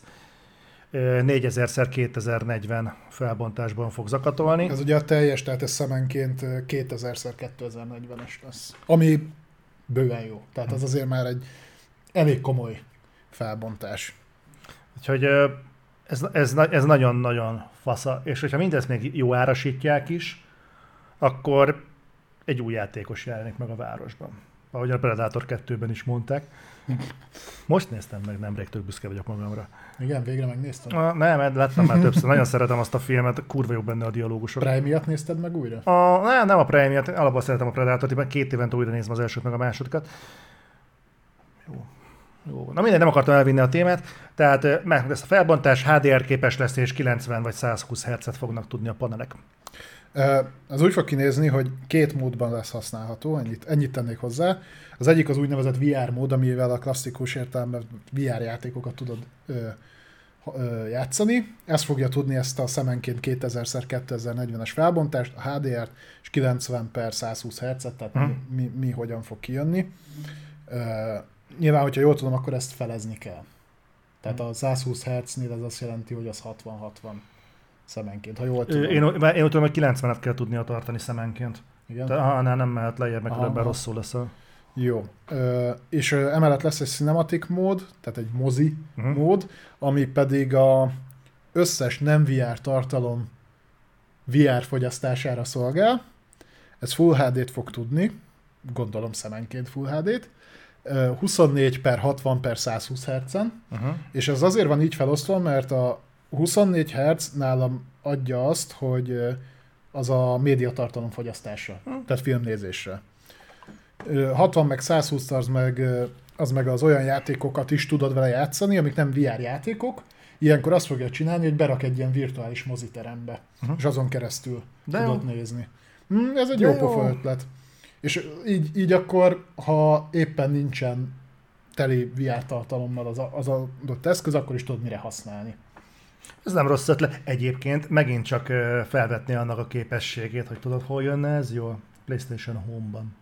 4000x2040 felbontásban fog zakatolni.
Ez ugye a teljes, tehát ez szemenként 2000x2040-es lesz. Ami bőven jó. Tehát az azért már egy elég komoly felbontás.
Úgyhogy ez nagyon-nagyon fasza. És hogyha mindezt még jó árasítják is, akkor egy új játékos jelenik meg a városban. Ahogy a Predator 2-ben is mondták. Most néztem meg, nemrég, tök büszke vagyok magamra.
Igen, végre megnéztem.
Nem, láttam már többször. Nagyon szeretem azt a filmet, kurva jó benne a dialógusok.
Prime miatt nézted meg újra?
Nem a Prime miatt, alapból szeretem a Predatort, 2 évente újra nézem az elsőt meg a másodikat. Jó. Na mindegy, nem akartam elvinni a témát, tehát meg lesz a felbontás, HDR képes lesz, és 90 vagy 120 Hz-et fognak tudni a panelek.
Az úgy fog kinézni, hogy 2 módban lesz használható, ennyit tennék hozzá. Az egyik az úgynevezett VR mód, amivel a klasszikus értelemben VR játékokat tudod játszani. Ez fogja tudni ezt a szemenként 2000x2040-es felbontást, a HDR-t, és 90x120 Hz-et, tehát mi hogyan fog kijönni. Nyilván, hogyha jól tudom, akkor ezt felezni kell. Tehát a 120 Hz-nél ez azt jelenti, hogy az 60-60 szemenként, ha jól tudom.
Én úgy tudom, hogy 90-et kell tudnia tartani szemenként.
Igen?
Nem mehet lejjebb, meg különben rosszul leszel.
Jó. És emellett lesz egy cinematic mód, tehát egy mozi mód, ami pedig a összes nem VR tartalom VR fogyasztására szolgál. Ez Full HD-t fog tudni, gondolom szemenként Full HD-t, 24x60x120 Hz-en, és ez azért van így felosztva, mert a 24 Hz nálam adja azt, hogy az a médiatartalom fogyasztása, tehát filmnézésre. 60 meg 120 az meg az olyan játékokat is tudod vele játszani, amik nem VR játékok. Ilyenkor azt fogja csinálni, hogy berak egy ilyen virtuális moziterembe, és azon keresztül tudod nézni. Ez egy jó pofa ötlet. És így akkor, ha éppen nincsen teli VR tartalommal az adott eszköz, akkor is tudod mire használni.
Ez nem rossz ötlet. Egyébként megint csak felvetni annak a képességét, hogy tudod, hol jönne ez jó? PlayStation Home-ban.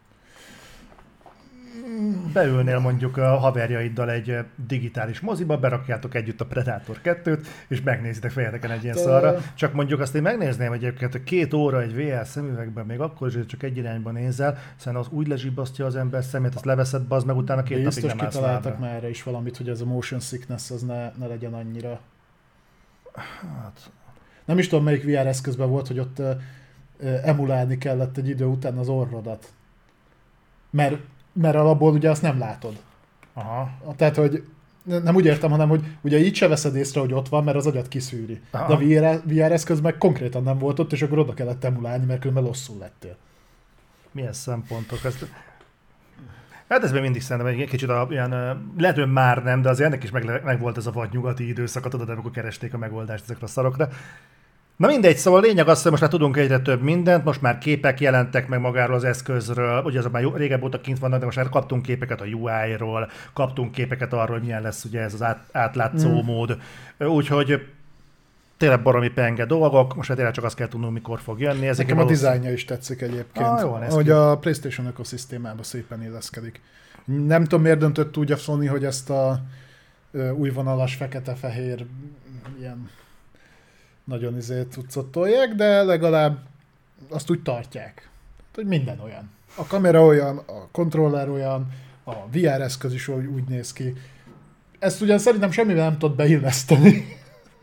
Beülnél mondjuk a haverjaiddal egy digitális moziba, berakjátok együtt a Predator 2-t, és megnézitek fejeteken egy ilyen szarra. Csak mondjuk azt én megnézném egyébként, hogy 2 óra egy VR szemüvegben, még akkor is, hogy csak egy irányba nézel, szerintem az úgy lezsibbasztja az ember szemét, azt leveszed, bazd meg, utána 2 napig nem állsz lábra.
Biztos kitaláltak már erre is valamit, hogy ez a motion sickness az ne legyen annyira.
Hát...
Nem is tudom, melyik VR eszközben volt, hogy ott emulálni kellett egy idő után az orrodat. Mert alapból ugye azt nem látod.
Aha.
Tehát, hogy nem úgy értem, hanem, hogy ugye így se veszed észre, hogy ott van, mert az agyat kiszűri. Aha. De a VR eszköz meg konkrétan nem volt ott, és akkor oda kellett emulálni, mert különben rosszul lettél.
Milyen szempontok? Hát ez még mindig szerintem egy kicsit ilyen, lehet, hogy már nem, de azért ennek is meg volt ez a vadnyugati időszaka, tudod, amikor keresték a megoldást ezekre a szarokra. Na mindegy, szóval a lényeg az, hogy most már tudunk egyre több mindent, most már képek jelentek meg magáról az eszközről, ugye azok már régebb óta kint vannak, de most már kaptunk képeket a UI-ról, kaptunk képeket arról, hogy milyen lesz ugye ez az átlátszó mód. Úgyhogy tényleg baromi penge dolgok, most már tényleg csak azt kell tudnunk, mikor fog jönni.
Nekem a dizájnja is tetszik egyébként, hogy a PlayStation ökoszisztémába szépen illeszkedik. Nem tudom, miért döntött úgy a Sony, hogy ezt a újvonalas fekete-fehér ilyen nagyon cuccot tolják, de legalább azt úgy tartják, hogy minden olyan. A kamera olyan, a kontroller olyan, a VR eszköz is úgy néz ki. Ezt ugyan szerintem semmivel nem tudod beilleszteni.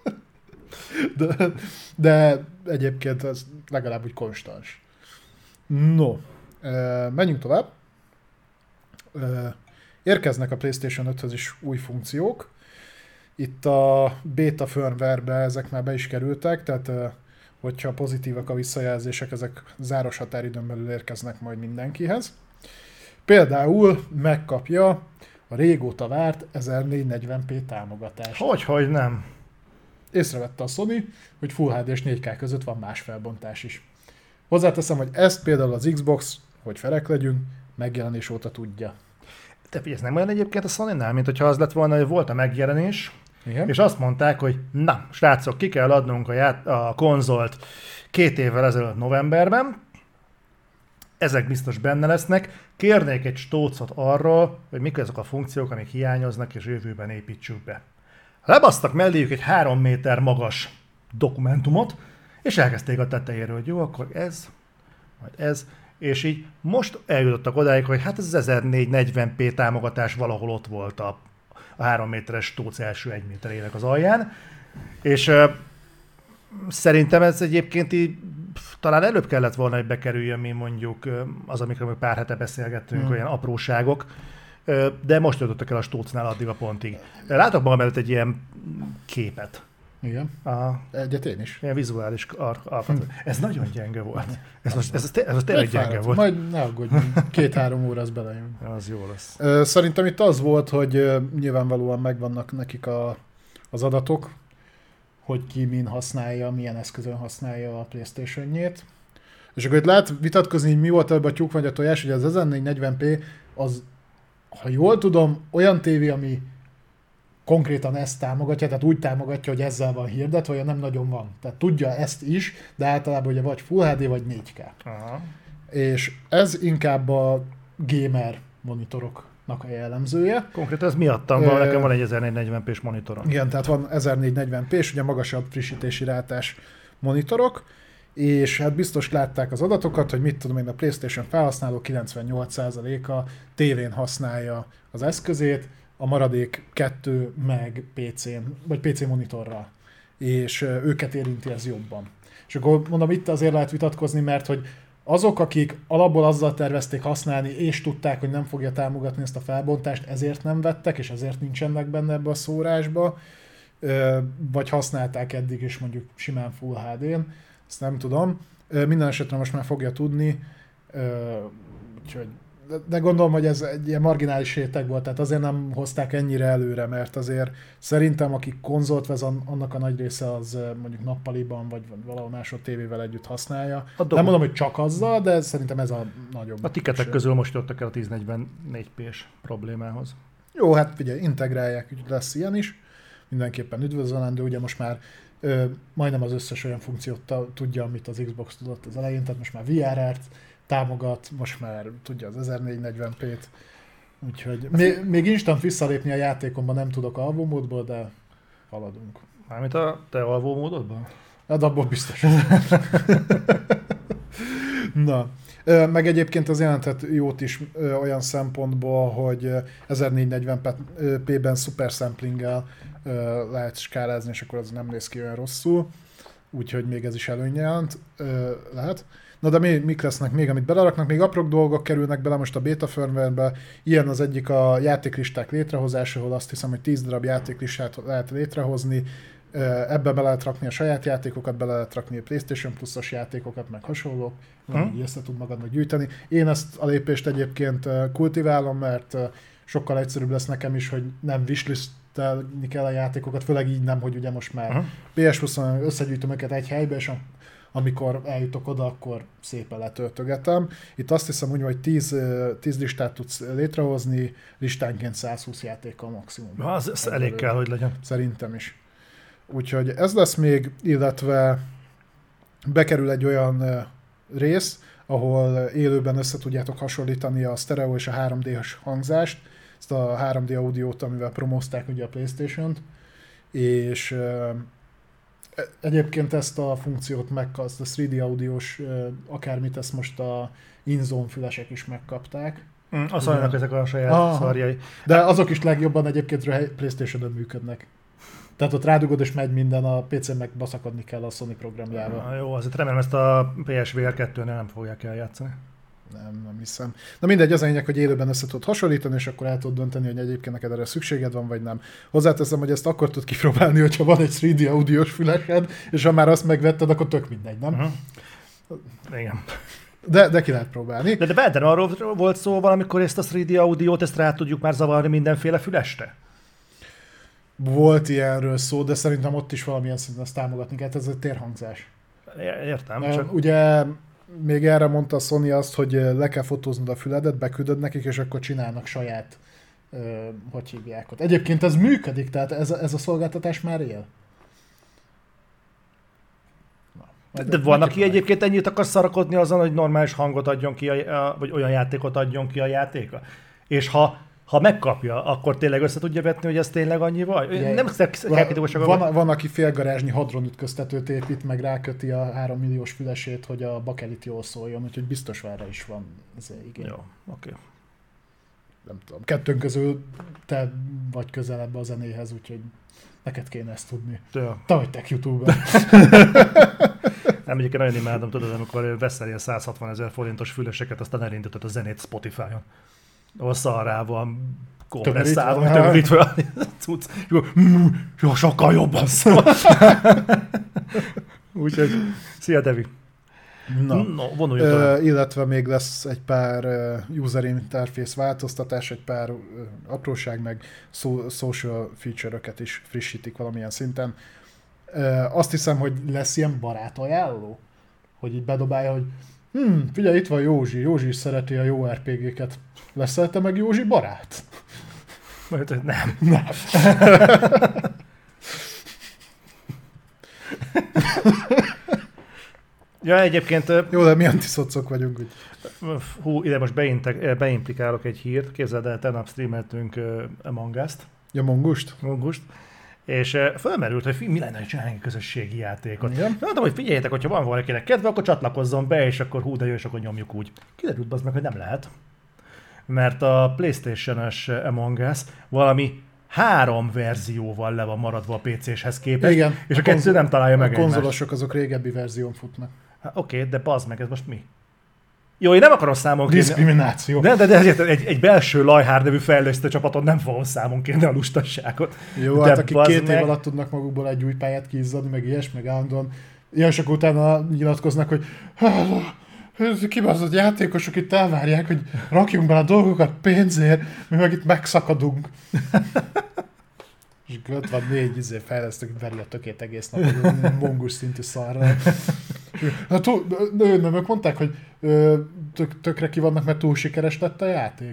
De egyébként ez legalább úgy konstans. No, menjünk tovább. Érkeznek a PlayStation 5-höz is új funkciók. Itt a beta firmware-be ezek már be is kerültek, tehát hogyha pozitívak a visszajelzések, ezek záros határidőn belül érkeznek majd mindenkihez. Például megkapja a régóta várt 1440p támogatást.
Hogy nem?
Észrevette a Sony, hogy Full HD és 4K között van más felbontás is. Hozzáteszem, hogy ezt például az Xbox, hogy ferek legyünk, megjelenés óta tudja.
Te figyelsz, nem olyan egyébként a Sony-nál, mint hogyha az lett volna, hogy volt a megjelenés, igen, és azt mondták, hogy na, srácok, ki kell adnunk a konzolt 2 évvel ezelőtt novemberben, ezek biztos benne lesznek, kérnék egy stócot arról, hogy mik azok a funkciók, amik hiányoznak, és jövőben építsük be. Lebasztak melléjük egy 3 méter magas dokumentumot, és elkezdték a tetejéről, hogy jó, akkor ez, majd ez, és így most eljutottak odáig, hogy hát ez az 1440p támogatás valahol ott volt a 3 méteres stóc első 1 méterének az alján, és szerintem ez egyébként így talán előbb kellett volna, hogy bekerüljön, mint mondjuk az, amikről pár hete beszélgettünk, olyan apróságok, de most jutottak el a stócnál addig a pontig. Látok magam előtt egy ilyen képet.
Igen. Egyet én is.
Ilyen vizuális alkat. Ez nagyon gyenge volt. Ez tényleg gyenge volt.
Majd ne aggódj, 2-3 óra az belejön.
Az jó lesz.
Szerintem itt az volt, hogy nyilvánvalóan megvannak nekik az adatok, hogy ki min használja, milyen eszközön használja a PlayStation-jét. És akkor itt lehet vitatkozni, hogy mi volt ebben a tyúk vagy a tojás, hogy az 1440p az, ha jól tudom, olyan tévé, ami konkrétan ezt támogatja, tehát úgy támogatja, hogy ezzel van hirdetve, olyan nem nagyon van. Tehát tudja ezt is, de általában ugye vagy Full HD, vagy 4K.
Aha. És
ez inkább a gamer monitoroknak a jellemzője.
Konkrétan ez miattam van, nekem van egy 1440p-s monitorom.
Igen, tehát van 1440p, és ugye magasabb frissítési rátás monitorok, és hát biztos látták az adatokat, hogy mit tudom én, a PlayStation felhasználó 98%-a tévén használja az eszközét, a maradék 2 meg PC-n, vagy PC monitorral. És őket érinti ez jobban. És akkor mondom, itt azért lehet vitatkozni, mert hogy azok, akik alapból azzal tervezték használni, és tudták, hogy nem fogja támogatni ezt a felbontást, ezért nem vettek, és ezért nincsenek benne ebbe a szórásba, vagy használták eddig is mondjuk simán Full HD-n, ezt nem tudom. Minden esetre most már fogja tudni, úgyhogy de gondolom, hogy ez egy ilyen marginális réteg volt, tehát azért nem hozták ennyire előre, mert azért szerintem, aki konzolt vesz, annak a nagy része az mondjuk nappaliban, vagy valahol másod tévével együtt használja. Nem mondom, hogy csak azzal, de szerintem ez a nagyobb.
A tiketek közül most jöttek el a 1044p-s problémához.
Jó, hát figyelj, integrálják, úgyhogy lesz ilyen is. Mindenképpen üdvözlendő, ugye most már majdnem az összes olyan funkciót tudja, amit az Xbox tudott az elején, tehát most már VR-t támogat, most már tudja az 1440p-t, úgyhogy még instant visszalépni a játékomban nem tudok alvó módból, de haladunk.
Mármint a te alvó módodban?
Hát abból biztos. Na, meg egyébként az jelentett jót is olyan szempontból, hogy 1440p-ben super samplinggel lehet skálázni, és akkor az nem néz ki olyan rosszul, úgyhogy még ez is előny jelent, lehet. Na de mik lesznek még, amit beleraknak? Még apró dolgok kerülnek bele most a beta firmware-be. Ilyen az egyik a játéklisták létrehozása, ahol azt hiszem, hogy 10 darab játéklistát lehet létrehozni. Ebbe be lehet rakni a saját játékokat, bele lehet rakni a PlayStation Plus-os játékokat, meg hasonlók. Így össze tud magadnak gyűjteni. Én ezt a lépést egyébként kultiválom, mert sokkal egyszerűbb lesz nekem is, hogy nem wishlistelni kell a játékokat, főleg így nem, hogy ugye most már PS Plus-on összegyűjtöm őket egy helybe, és amikor eljutok oda, akkor szépen letöltögetem. Itt azt hiszem úgy, hogy 10 listát tudsz létrehozni, listánként 120 játékkal maximum.
Az elég kell, hogy legyen.
Szerintem is. Úgyhogy ez lesz még, illetve bekerül egy olyan rész, ahol élőben össze tudjátok hasonlítani a sztereó és a 3D-s hangzást, ezt a 3D audiót, amivel promózták ugye a PlayStation-t, és egyébként ezt a funkciót ezt a 3D audiós akármit, ezt most a InZone fülesek is megkapták.
A Sony-nak ezek a saját szarjai.
De azok is legjobban egyébként PlayStation-ön működnek. Tehát ott rádugod és megy minden, a PC-n meg baszakodni kell a Sony programjával.
Jó, azért remélem ezt a PSVR 2-nél nem fogják eljátszani.
Nem hiszem. Na mindegy, az a lényeg, hogy élőben össze tudod hasonlítani, és akkor el tudod dönteni, hogy egyébként neked erre szükséged van, vagy nem. Hozzáteszem, hogy ezt akkor tud kipróbálni, hogyha van egy 3D audiós fülesed, és ha már azt megvetted, akkor tök mindegy, nem?
Igen.
De ki lehet próbálni.
De Belden arról volt szó valamikor, ezt a 3D audiót, ezt rá tudjuk már zavarni mindenféle fülesre?
Volt ilyenről szó, de szerintem ott is valamilyen szinten ezt támogatni kell, ez a térhangzás.
Értem. Csak...
Ugye még erre mondta a Sony azt, hogy le kell fotóznod a füledet, beküldöd nekik, és akkor csinálnak saját, hogy hívják ott. Egyébként ez működik, tehát ez a szolgáltatás már él.
De van, aki egyébként ennyit akar szarakodni azon, hogy normális hangot adjon ki, vagy olyan játékot adjon ki a játéka. És ha megkapja, akkor tényleg össze tudja vetni, hogy ez tényleg annyi vagy? Nem
van, aki félgarázsnyi hadronütköztetőt épít, meg ráköti a 3 milliós fülesét, hogy a bakelit jól szóljon, úgyhogy biztos várra is van ez igény.
Jó, oké.
Nem tudom, kettőnk közül te vagy közelebb a zenéhez, úgyhogy neked kéne ezt tudni.
Ja.
Te vagy tech youtuber.
Nem, egyébként nagyon imádom, tudod, amikor veszel ilyen 160 000 forintos füleseket, aztán elindítod a zenét Spotify-on. Ahol szarrában kompresszálva, tömörítve. Jó, sokkal jobban szól. Úgyhogy, szia Devi.
No,
vonuljunk tovább.
Illetve még lesz egy pár user interface változtatás, egy pár apróság, meg social feature-öket is frissítik valamilyen szinten. Azt hiszem, hogy lesz ilyen barátajánló, hogy így bedobálja, hogy figyelj, itt van Józsi. Józsi is szereti a jó RPG-ket. Leszel te meg Józsi barát?
Mert nem. Ja, egyébként...
Jó, de mi antiszocok vagyunk. Úgy.
Hú, ide most beimplikálok egy hírt. Képzeld el, tegnap streameltünk Among Us-t.
Ja, Mongust?
Mongust. És fölmerült, hogy mi lenne, hogy csinálni közösségi játékot.
Igen.
Mondtam, hogy figyeljetek, hogyha van valakinek kedve, akkor csatlakozzon be, és akkor hú, de jó, és akkor nyomjuk úgy. Kiderült az meg, hogy nem lehet. Mert a PlayStation-ös Among Us valami 3 verzióval le van maradva a PC-shez képest,
Igen,
és a kettő nem találja meg
a
egymást.
konzolosok azok régebbi verzión futnak.
Oké, de bazd meg, ez most mi? Jó, én nem akarom számon kérni.
Diszkrimináció.
De ezért egy belső Lajhár nevű fejlesztő csapaton nem fogom számon kérni a lustasságot.
Jó,
de
hát akik 2 év
meg...
alatt tudnak magukból egy új pályát kiizzadni, meg ilyesmi, meg állandóan ilyen sok utána nyilatkoznak, hogy kibaszott játékosok itt elvárják, hogy rakjunk bele a dolgokat pénzért, mi meg itt megszakadunk. És 54 fejlesztők veri a tökét egész nap, hogy mongus szintű szarra. Hát, ők mondták, hogy tökre ki vannak, mert túl sikeres lett a játék.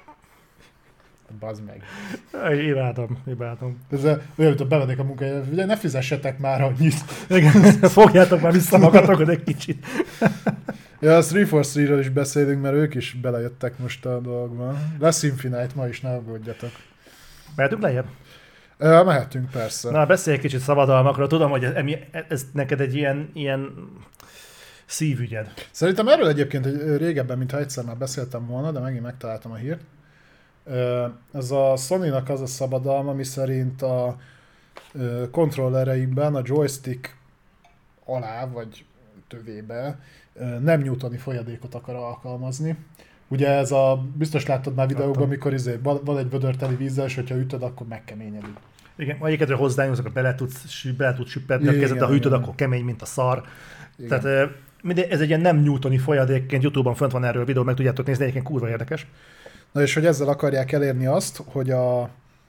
Bazd meg.
Imádom.
Ez olyan, mint bevennék a munkájára, ugye ne fizessetek már annyit.
Igen, fogjátok már vissza magatokat egy kicsit.
Ja, a 343-ről is beszélünk, mert ők is belejöttek most a dolgban. Lesz Infinite, ma is, ne aggódjatok.
Mehetünk lejjebb?
Mehetünk, persze.
Na, beszélj egy kicsit szabadalmakról. Tudom, hogy ez neked egy ilyen szívügyed.
Szerintem erről egyébként régebben, mintha egyszer már beszéltem volna, de megint megtaláltam a hírt. Ez a Sony-nak az a szabadalma, miszerint a kontrollereikben a joystick alá, vagy tövébe nem newtoni folyadékot akar alkalmazni. Ugye ez biztos láttad már videókban, amikor van egy vödörteli vízzel, és hogyha ütöd, akkor megkeményedik.
Igen, egyiket hozzányúlsz, akkor bele tudsz süppedni a kezed, ha ütöd, akkor kemény, mint a szar. Igen. Tehát ez egy ilyen nem newtoni folyadékként, YouTube-on fönt van erről videó, meg tudjátok nézni, egyébként kurva érdekes.
Na és hogy ezzel akarják elérni azt, hogy a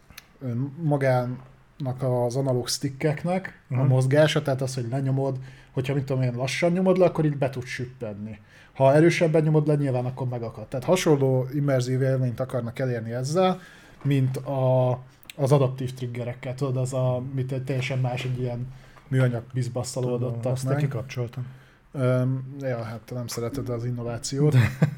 magának az analóg stickeknek a mozgása, tehát az, hogy lenyomod, hogyha mit tudom én lassan nyomod le, akkor így be tud süppedni. Ha erősebben nyomod le, nyilván akkor megakad. Tehát hasonló immerzív élményt akarnak elérni ezzel, mint az adaptív triggerekkel. Tudod, az mit teljesen más, egy ilyen műanyag bizbasszal oldottak
azt
meg.
Azt kikapcsoltam.
Ja, hát te nem szereted az innovációt.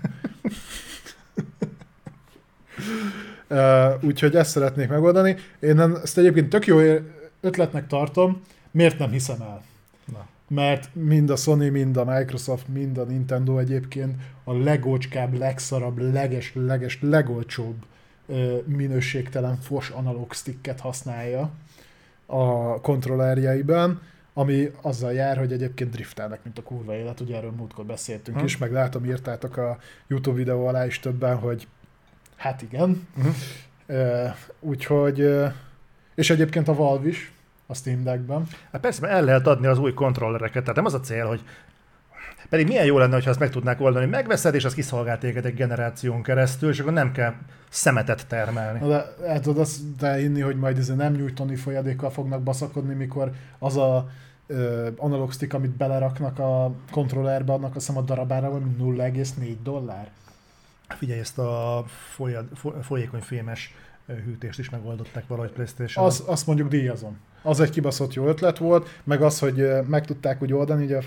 Úgyhogy ezt szeretnék megoldani. Én ezt egyébként tök jó ötletnek tartom, miért nem hiszem el? Na. Mert mind a Sony, mind a Microsoft, mind a Nintendo egyébként a legócskább, legszarabb, legolcsóbb minőségtelen fos analóg sticket használja a kontrollerjeiben, ami azzal jár, hogy egyébként driftelnek, mint a kurva élet, ugye erről múltkor beszéltünk is, meg látom, írtátok a YouTube videó alá is többen, hogy hát igen. Úgyhogy, és egyébként a Valve is, a Steam Deckben.
Hát persze, mert el lehet adni az új kontrollereket, tehát nem az a cél, hogy pedig milyen jó lenne, ha ezt meg tudnák oldani, megveszed, és az kiszolgál téged egy generáción keresztül, és akkor nem kell szemetet termelni.
De el tudod azt hinni, hogy majd nem nyújtani folyadékkal fognak baszakodni, mikor az a analog stick, amit beleraknak a kontrollerbe, annak azt hiszem a darabára van $0,4.
Figyelj, ezt a folyékony fémes hűtést is megoldották valahogy PlayStation-on.
Azt mondjuk díjazom. Az egy kibaszott jó ötlet volt, meg az, hogy meg tudták úgy oldani, ugye a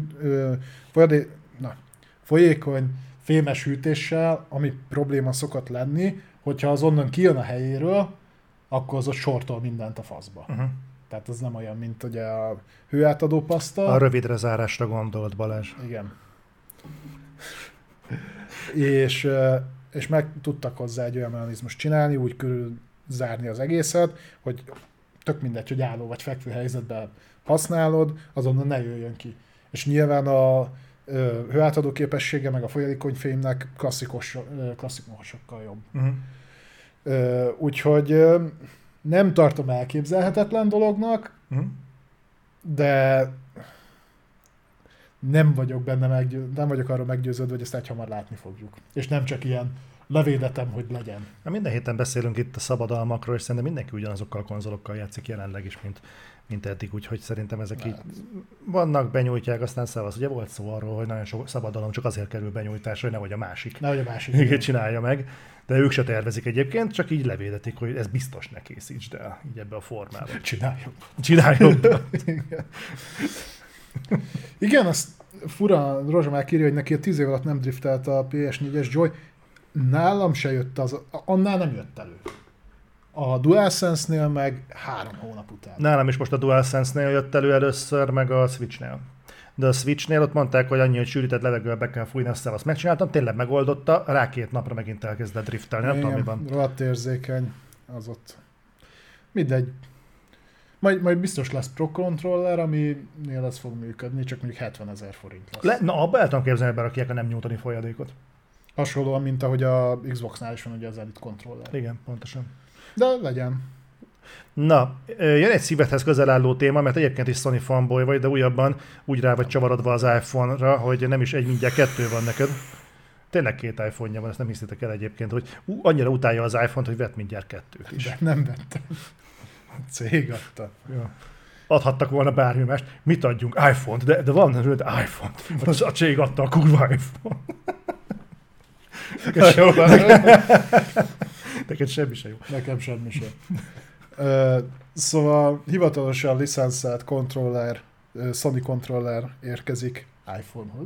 folyékony fémes hűtéssel, ami probléma szokott lenni, hogyha az onnan kijön a helyéről, akkor az ott sortol mindent a faszba. Tehát ez nem olyan, mint ugye a hőátadó paszta.
A rövidre zárásra gondolt Balázs.
Igen. És meg tudtak hozzá egy olyan mechanizmust csinálni, úgy körül zárni az egészet, hogy tök mindegy, hogy álló vagy fekvő helyzetben használod, azonnal ne jöjjön ki. És nyilván a hőátadó képessége meg a folyadékonyfémnek klasszikusokkal jobb. Úgyhogy nem tartom elképzelhetetlen dolognak, de nem vagyok arról meggyőződve, hogy ezt egyhamar látni fogjuk. És nem csak ilyen levédetem, hogy legyen.
Minden héten beszélünk itt a szabadalmakról, és szerintem mindenki ugyanazokkal a konzolokkal játszik jelenleg is, mint eddig, úgyhogy szerintem ezek így vannak, benyújtják, aztán szavasz. Ugye volt szó arról, hogy nagyon sok szabadalom csak azért kerül benyújtásra, hogy nehogy a másik. Igen, csinálja meg. De ők se tervezik egyébként, csak így levédetik, hogy ez biztos ne készítsd el így ebbe a formában. Csináljon.
Igen, azt fura, Rozsa már kírja, hogy neki a 10 év alatt nem driftelt a PS4-es Joy. Nálam se jött annál nem jött elő. A DualSense-nél meg 3 hónap után.
Nálam is most a DualSense-nél jött elő először, meg a Switch-nél. De a Switch-nél ott mondták, hogy annyi, hogy sűrített levegővel be kell fújni, aztán azt megcsináltam, tényleg megoldotta, rá 2 napra megint elkezdett driftelni, nem tudom mi van.
Rohadt érzékeny az ott. Mindegy. Majd biztos lesz Pro Controller, aminél ez fog működni, csak mondjuk 70 000 forint lesz.
Na, abba el tudom képzelni, hogy berakják a nem Newtoni folyadékot.
Hasonlóan, mint ahogy a Xbox-nál is van ugye az Elite Controller.
Igen, pontosan.
De legyen.
Na, jön egy szívedhez közel álló téma, mert egyébként is Sony fanboy vagy, de újabban úgy rá vagy csavarodva az iPhone-ra, hogy nem is egy, mindjárt 2 van neked. Tényleg 2 iPhone-ja van, ezt nem hiszitek el egyébként, hogy annyira utálja az iPhone-t, hogy vett mindjárt 2-t is.
De nem vettem. Cég adta.
Ja. Adhattak volna bármi mást. Mit adjunk? iPhone-t, de van iPhone-t. Az a cég adta a kurva iPhone. Neked semmi se jó.
Nekem semmi sem. Szóval hivatalosan licenszelt controller, Sony controller érkezik iPhone-hoz.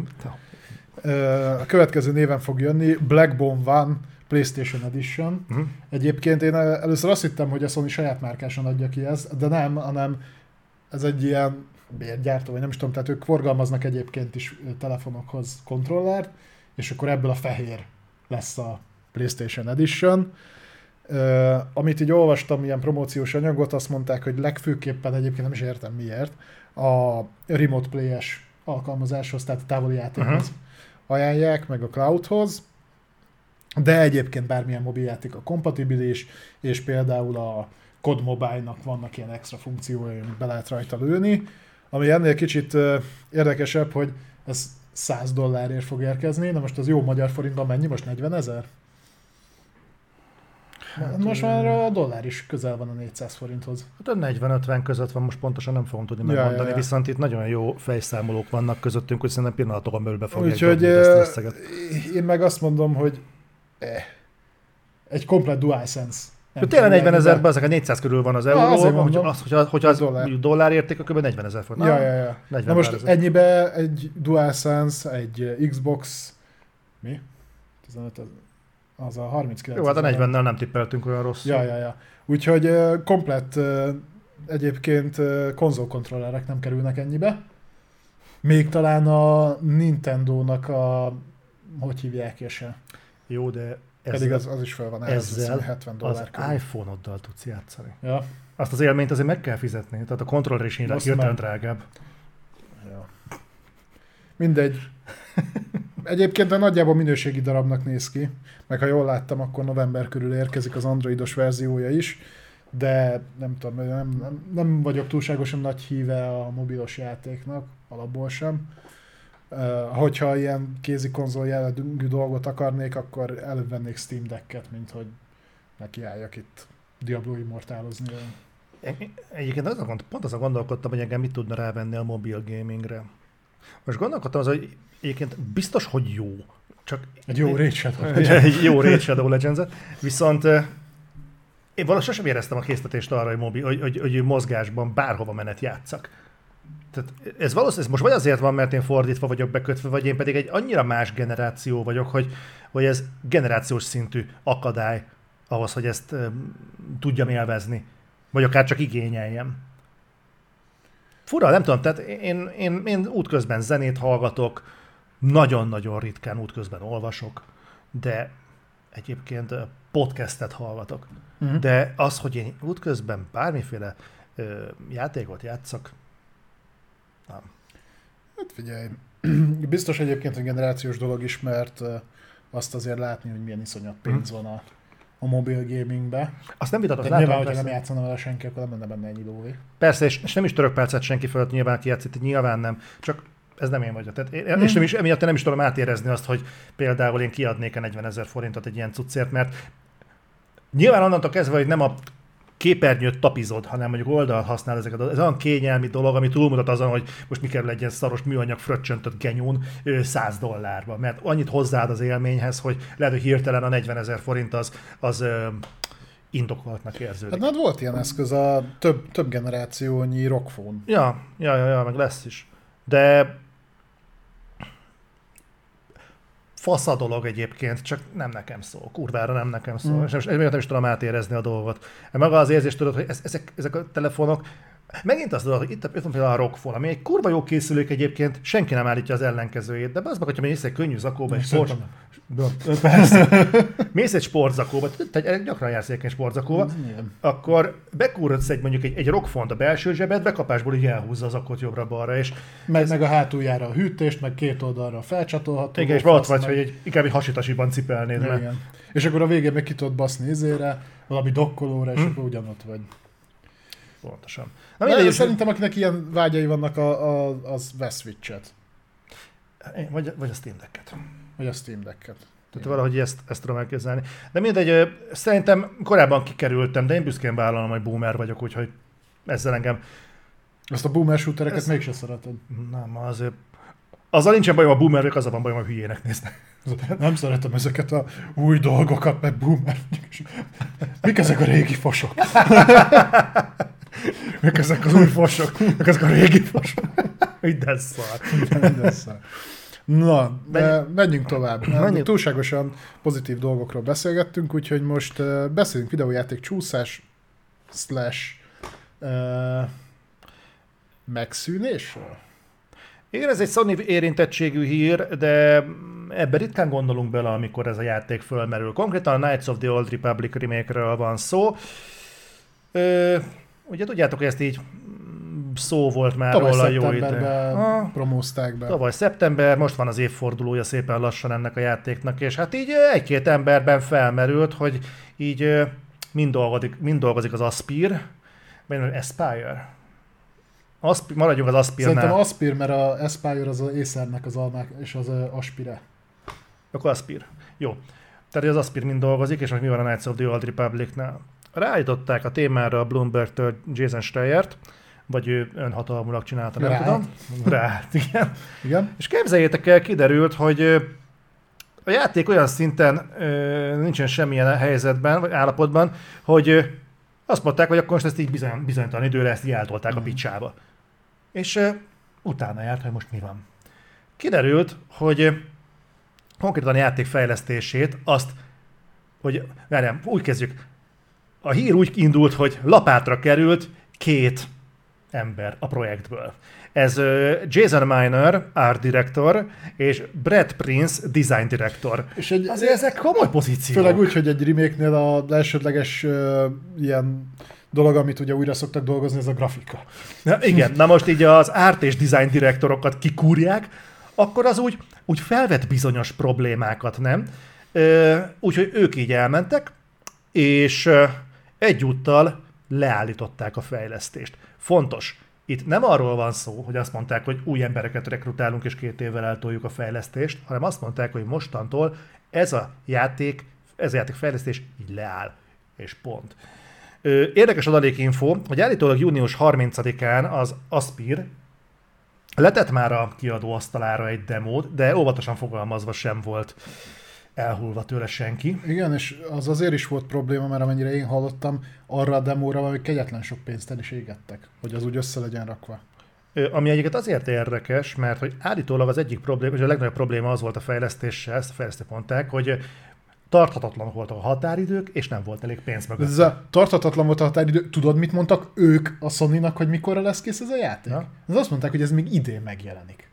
A következő néven fog jönni Blackbone One PlayStation Edition. Egyébként én először azt hittem, hogy a Sony saját márkásan adja ki ezt, de nem, hanem ez egy ilyen bérgyártó, vagy nem is tudom, tehát ők forgalmaznak egyébként is telefonokhoz kontrollert, és akkor ebből a fehér lesz a PlayStation Edition. Amit így olvastam, ilyen promóciós anyagot, azt mondták, hogy legfőképpen egyébként nem is értem miért, a Remote Play-es alkalmazáshoz, tehát a távoli játékhoz ajánlják, meg a cloudhoz, de egyébként bármilyen mobiljáték a kompatibilis, és például a COD Mobile-nak vannak ilyen extra funkciói, amit be lehet rajta lőni, ami ennél kicsit érdekesebb, hogy ez $100 fog érkezni, na most az jó magyar forintban mennyi? Most 40 000? Hát, most már a dollár is közel van a 400 forinthoz.
Hát a 40-50 között van, most pontosan nem fogom tudni megmondani, viszont itt nagyon jó fejszámolók vannak közöttünk, hogy szerintem pillanatokon belül be fogják dobni ezt az összeget.
Én meg azt mondom, hogy egy komplet DualSense.
Tényleg 40 000-ben, ezek a 400 körül van az euró, hogyha az dollár érték, akkor 40 000 forint.
Ja. Na most ennyibe egy DualSense, egy Xbox, mi? 15 az a 39.
Jó, hát a 40-nel nem tippeltünk olyan rosszul.
Ja. Úgyhogy komplett egyébként konzolkontrollerek nem kerülnek ennyibe. Még talán a Nintendo-nak a... hogy hívják és
jó, de
pedig az is fel van,
ezzel
$70
az
körül.
iPhone-oddal tudsz játszani.
Ja.
Azt az élményt azért meg kell fizetni, tehát a kontroller is hirtelen drágább.
Ja. Mindegy. Egyébként nagyjából minőségi darabnak néz ki, meg ha jól láttam, akkor november körül érkezik az androidos verziója is, de nem tudom, nem vagyok túlságosan nagy híve a mobilos játéknak, alapból sem. Hogyha ilyen kézi konzol jellegű dolgot akarnék, akkor előbb vennék Steam Decket, mint hogy nekiálljak itt Diablo Immortalozni.
Egyébként pont azon gondolkodtam, hogy engem mit tudna rávenni a mobil gamingre. Most gondolkodtam az, hogy egyébként biztos, hogy jó. Csak
egy jó Raid Shadow
Legends. Jó Raid Shadow Legends-et. Viszont én valahogy sosem éreztem a késztetést arra, hogy mozgásban bárhova menet játszak. Tehát ez valószínűleg most vagy azért van, mert én fordítva vagyok bekötve, vagy én pedig egy annyira más generáció vagyok, hogy ez generációs szintű akadály ahhoz, hogy ezt tudjam élvezni. Vagy akár csak igényeljem. Fura, nem tudom, tehát én útközben zenét hallgatok, nagyon-nagyon ritkán útközben olvasok, de egyébként podcastet hallgatok. De az, hogy én útközben bármiféle játékot játszak, nem.
Hát figyelj, biztos egyébként egy generációs dolog is, mert azt azért látni, hogy milyen iszonyat pénz van a mobil gamingbe.
Azt nem vitatok,
látom. Nyilván, hogyha nem játszana vele senki, akkor nem menne benne ennyi lóvé.
Persze, és nem is török percet senki fölött nyilván kijátszik, nyilván nem. Csak ez nem én vagyok. Tehát és emiatt nem is tudom átérezni azt, hogy például én kiadnék 40 000 forintot egy ilyen cuccért, mert nyilván onnantól kezdve, hogy nem a képernyőt tapizod, hanem mondjuk oldalt használ ezeket. Ez olyan kényelmi dolog, ami túlmutat azon, hogy most mi kerül egy ilyen szaros műanyag fröccsöntött genyón $100, mert annyit hozzáad az élményhez, hogy lehet, hogy hirtelen a 40 000 forint az indokoltnak érződik.
Hát volt ilyen eszköz, a több generációnyi rockphone.
Ja, meg lesz is. De fasz a dolog egyébként, csak nem nekem szól, kurvára nem nekem szól, és nem is tudom átérezni a dolgot. Maga az érzés, tudod, hogy ezek a telefonok, megint azt tudod, hogy itt van például a Rockfon, ami egy kurva jó készülék egyébként, senki nem állítja az ellenkezőjét, de az meg, hogyha mész egy könnyű zakóba, egy mész egy sportzakóba, gyakran jársz egy sportzakóba, akkor bekúrhatsz mondjuk egy Rockfont a belső zsebed, bekapásból így elhúzza az zakót jobbra-balra, és
meg a hátuljára a hűtést, meg két oldalra felcsatolható.
Igen, és ott vagy, hogy inkább egy hasitasiban cipelnéd meg.
Igen. És akkor a végén meg ki tudod baszni izére, valami dokkolóra, és akkor ugyanott vagy.
Pontosan.
Na, szerintem akinek ilyen vágyai vannak, az vesz Switch-et.
Vagy a Steam Deck-et.
Vagy a Steam Deck-et.
Tehát valahogy ezt tudom elképzelni. De mindegy, szerintem korábban kikerültem, de én büszkén vállalom, hogy boomer vagyok, úgyhogy ezzel engem...
Azt a boomer shootereket mégse szereted.
Nem, azért... Azzal nincsen bajom a boomerek, azzal van bajom, hogy hülyének néznek.
Nem szeretem ezeket a új dolgokat, meg boomer. Mik ezek a régi fosok? Mik ezek az új fosok? Mik ezek a régi fosok?
Minden szar.
Na, de menjünk tovább. Túlságosan pozitív dolgokról beszélgettünk, úgyhogy most beszélünk videójáték csúszás / megszűnésről.
Igen, ez egy Sony érintettségű hír, de ebben ritkán gondolunk bele, amikor ez a játék fölmerül. Konkrétan a Knights of the Old Republic remake-ről van szó. Ugye tudjátok, hogy ezt így szó volt már róla jó ide.
Promózták be.
Tavaly szeptember, most van az évfordulója szépen lassan ennek a játéknak, és hát így egy-két emberben felmerült, hogy így mind dolgozik az Aspyr, vagy Aspyr. Maradjunk az Aspyrnál.
Szerintem Aspyr, mert az Aspyr az Acernek az almák, és az Aspyre.
Akkor Aspyr. Jó. Tehát az Aspyr mind dolgozik, és most mi van a Knights of the Old Republic-nál? Ráállították a témára a Bloomberg-től Jason Schreiert, vagy ő önhatalmulag csinálta, nem tudom. Igen. És képzeljétek el, kiderült, hogy a játék olyan szinten nincsen semmilyen helyzetben, vagy állapotban, hogy azt mondták, hogy akkor most ezt így bizonytalan időre ezt így eltolták a picsába. És utána járt, hogy most mi van. Kiderült, hogy konkrétan a játék fejlesztését azt, hogy úgy kezdjük. A hír úgy indult, hogy lapátra került 2 ember a projektből. Ez Jason Miner, Art Director, és Brad Prince, Design Director. És azért ezek komoly pozíciók.
Főleg úgy, hogy egy remake-nél az elsődleges ilyen dolog, amit ugye újra szoktak dolgozni, ez a grafika.
Igen, na most így az Art és Design Directorokat kikúrják, akkor az úgy felvet bizonyos problémákat, nem? Úgyhogy ők így elmentek, és egyúttal leállították a fejlesztést. Fontos, itt nem arról van szó, hogy azt mondták, hogy új embereket rekrutálunk és 2 évvel eltoljuk a fejlesztést, hanem azt mondták, hogy mostantól ez a játék fejlesztés így leáll, és pont. Érdekes adalékinfo, hogy állítólag június 30-án az Aspyr letett már a kiadó asztalára egy demót, de óvatosan fogalmazva sem volt elhullva tőle senki.
Igen, és az azért is volt probléma, mert amennyire én hallottam, arra a demóra valami kegyetlen sok pénzt el is égettek, hogy az úgy össze legyen rakva.
Ami egyiket azért érdekes, mert hogy állítólag az egyik probléma, és a legnagyobb probléma az volt a fejlesztéssel, ezt a fejlesztők mondták, hogy tarthatatlan voltak a határidők, és nem volt elég pénz mögött.
Ez a tarthatatlan volt a határidő. Tudod, mit mondtak ők a Sony-nak, hogy mikorra lesz kész ez a játék? Ja. Ez azt mondták, hogy ez még idén megjelenik.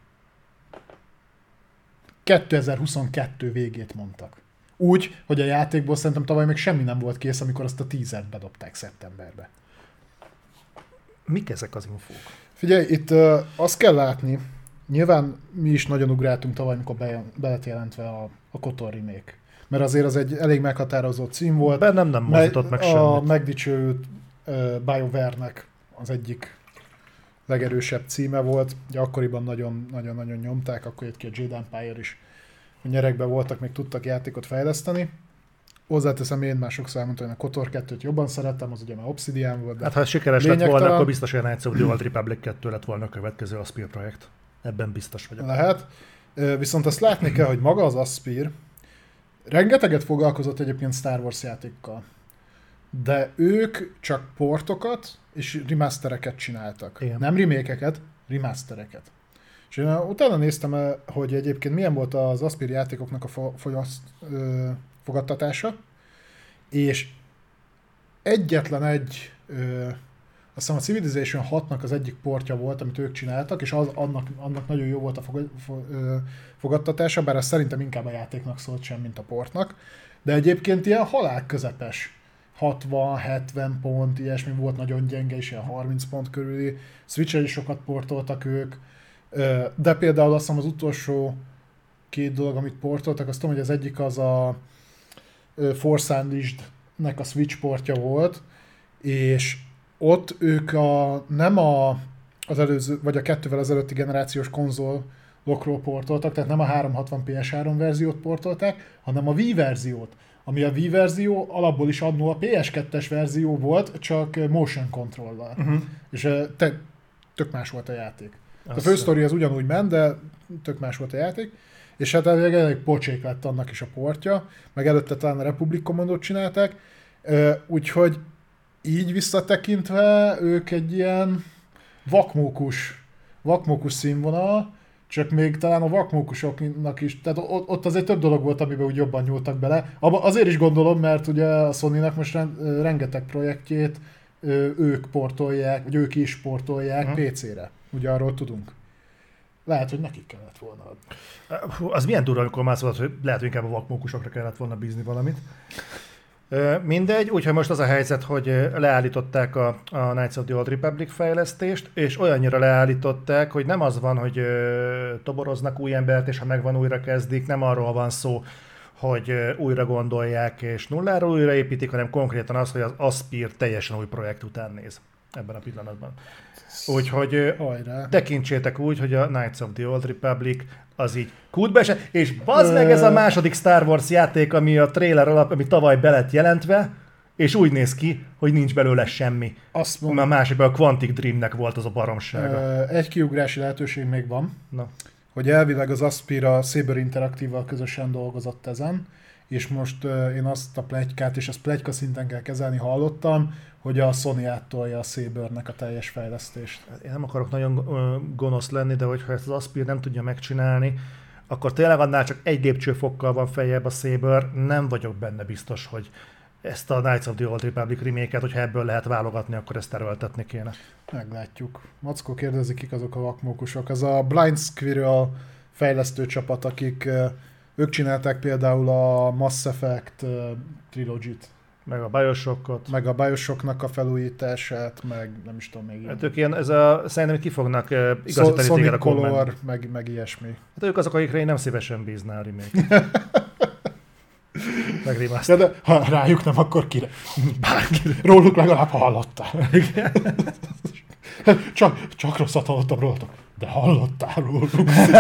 2022 végét mondtak. Úgy, hogy a játékból szerintem tavaly még semmi nem volt kész, amikor azt a teasert bedobták szeptemberbe.
Mik ezek az infók?
Figyelj, itt azt kell látni, nyilván mi is nagyon ugráltunk tavaly, amikor be lett jelentve a KOTOR remake. Mert azért az egy elég meghatározó cím volt.
Bennem nem mozdított meg semmit.
A megdicsőült BioWare-nek az egyik legerősebb címe volt. Ugye akkoriban nagyon-nagyon nyomták, akkor jött ki a Jade Empire is. A nyerekben voltak, még tudtak játékot fejleszteni. Hozzáteszem, én már sokszor elmondtam, hogy a KOTOR 2-t jobban szerettem, az ugye már Obsidian volt.
Hát ha sikeres lett volna, akkor biztos, hogy a Knights of the Old Republic 2 lett volna a következő Aspyr projekt. Ebben biztos vagyok.
Lehet. Viszont azt látni kell, hogy maga az Aspyr rengeteget foglalkozott egyébként Star Wars játékkal. De ők csak portokat és remastereket csináltak. Igen. Nem remake-eket, remastereket. És én utána néztem, hogy egyébként milyen volt az Aspyr játékoknak a fogadtatása, és egyetlen egy, azt hiszem a Civilization 6-nak az egyik portja volt, amit ők csináltak, és annak nagyon jó volt a fogadtatása, bár az szerintem inkább a játéknak szólt sem, mint a portnak, de egyébként ilyen halál közepes, 60-70 pont, ilyesmi volt, nagyon gyenge, és ilyen 30 pont körüli. Switch-re is sokat portoltak ők, de például azt hiszem az utolsó két dolog, amit portoltak, azt tudom, hogy az egyik az a Force Unleashed-nek a Switch portja volt, és ott ők az előző, vagy a kettővel az előtti generációs konzolokról portoltak, tehát nem a 360 PS3 verziót portolták, hanem a Wii verziót. Ami a Wii verzió alapból is annó a PS2-es verzió volt, csak motion controllal. És tök más volt a játék. A fő sztori az ugyanúgy ment, de tök más volt a játék. És hát elég pocsék lett annak is a portja, meg előtte talán a Republic Commandot csinálták, úgyhogy így visszatekintve ők egy ilyen vakmókus színvonal, csak még talán a vakmókusoknak is, tehát ott azért több dolog volt, amiben úgy jobban nyúltak bele. Azért is gondolom, mert ugye a Sony-nak most rengeteg projektjét ők portolják, vagy ők is portolják PC-re. Ugye arról tudunk. Lehet, hogy nekik kellett volna.
Az milyen durva, amikor már szólt, hogy lehet, hogy inkább a vakmókusokra kellett volna bízni valamit. Mindegy, úgyhogy most az a helyzet, hogy leállították a Knights of the Old Republic fejlesztést, és olyannyira leállították, hogy nem az van, hogy toboroznak új embert, és ha megvan, újra kezdik, nem arról van szó, hogy újra gondolják és nulláról újraépítik, hanem konkrétan az, hogy az Aspyr teljesen új projekt után néz ebben a pillanatban. Úgyhogy tekintsétek úgy, hogy a Knights of the Old Republic az így kútbe esett, és bazd meg ez a második Star Wars játék, ami a trailer alap, ami tavaly be lett jelentve, és úgy néz ki, hogy nincs belőle semmi. A másikban a Quantic Dreamnek volt az a baromsága.
Egy kiugrási lehetőség még van, hogy elvileg az Aspyr a Saber Interactive-val közösen dolgozott ezen, és most én azt a pletykát, és ezt pletyka szinten kell kezelni, hallottam, hogy a Sony áttolja a Sabernek a teljes fejlesztést.
Én nem akarok nagyon gonosz lenni, de hogyha ezt az Aspyr nem tudja megcsinálni, akkor tényleg annál csak egy lépcsőfokkal van feljebb a Saber, nem vagyok benne biztos, hogy ezt a Knights of the Old Republic remake-et, hogyha ebből lehet válogatni, akkor ezt erőltetni kéne.
Meglátjuk. Mackó kérdezi, kik azok a vakmókusok. Ez a Blind Squirrel fejlesztő csapat, akik ők csinálták például a Mass Effect Trilogy-t.
Meg a Bioshockot.
Meg a Bioshocknak a felújítását, meg nem is tudom még.
Hát ők ilyen, szerintem ki fognak igazítani
Sonic a Color, meg ilyesmi.
Hát ők azok, akikre én nem szívesen bíznál remake. Meg remaster.
De ha rájuk nem, akkor kire? Bárkire. Róluk legalább hallottál. Csak rosszat hallottam rólatok, de hallottál róluk.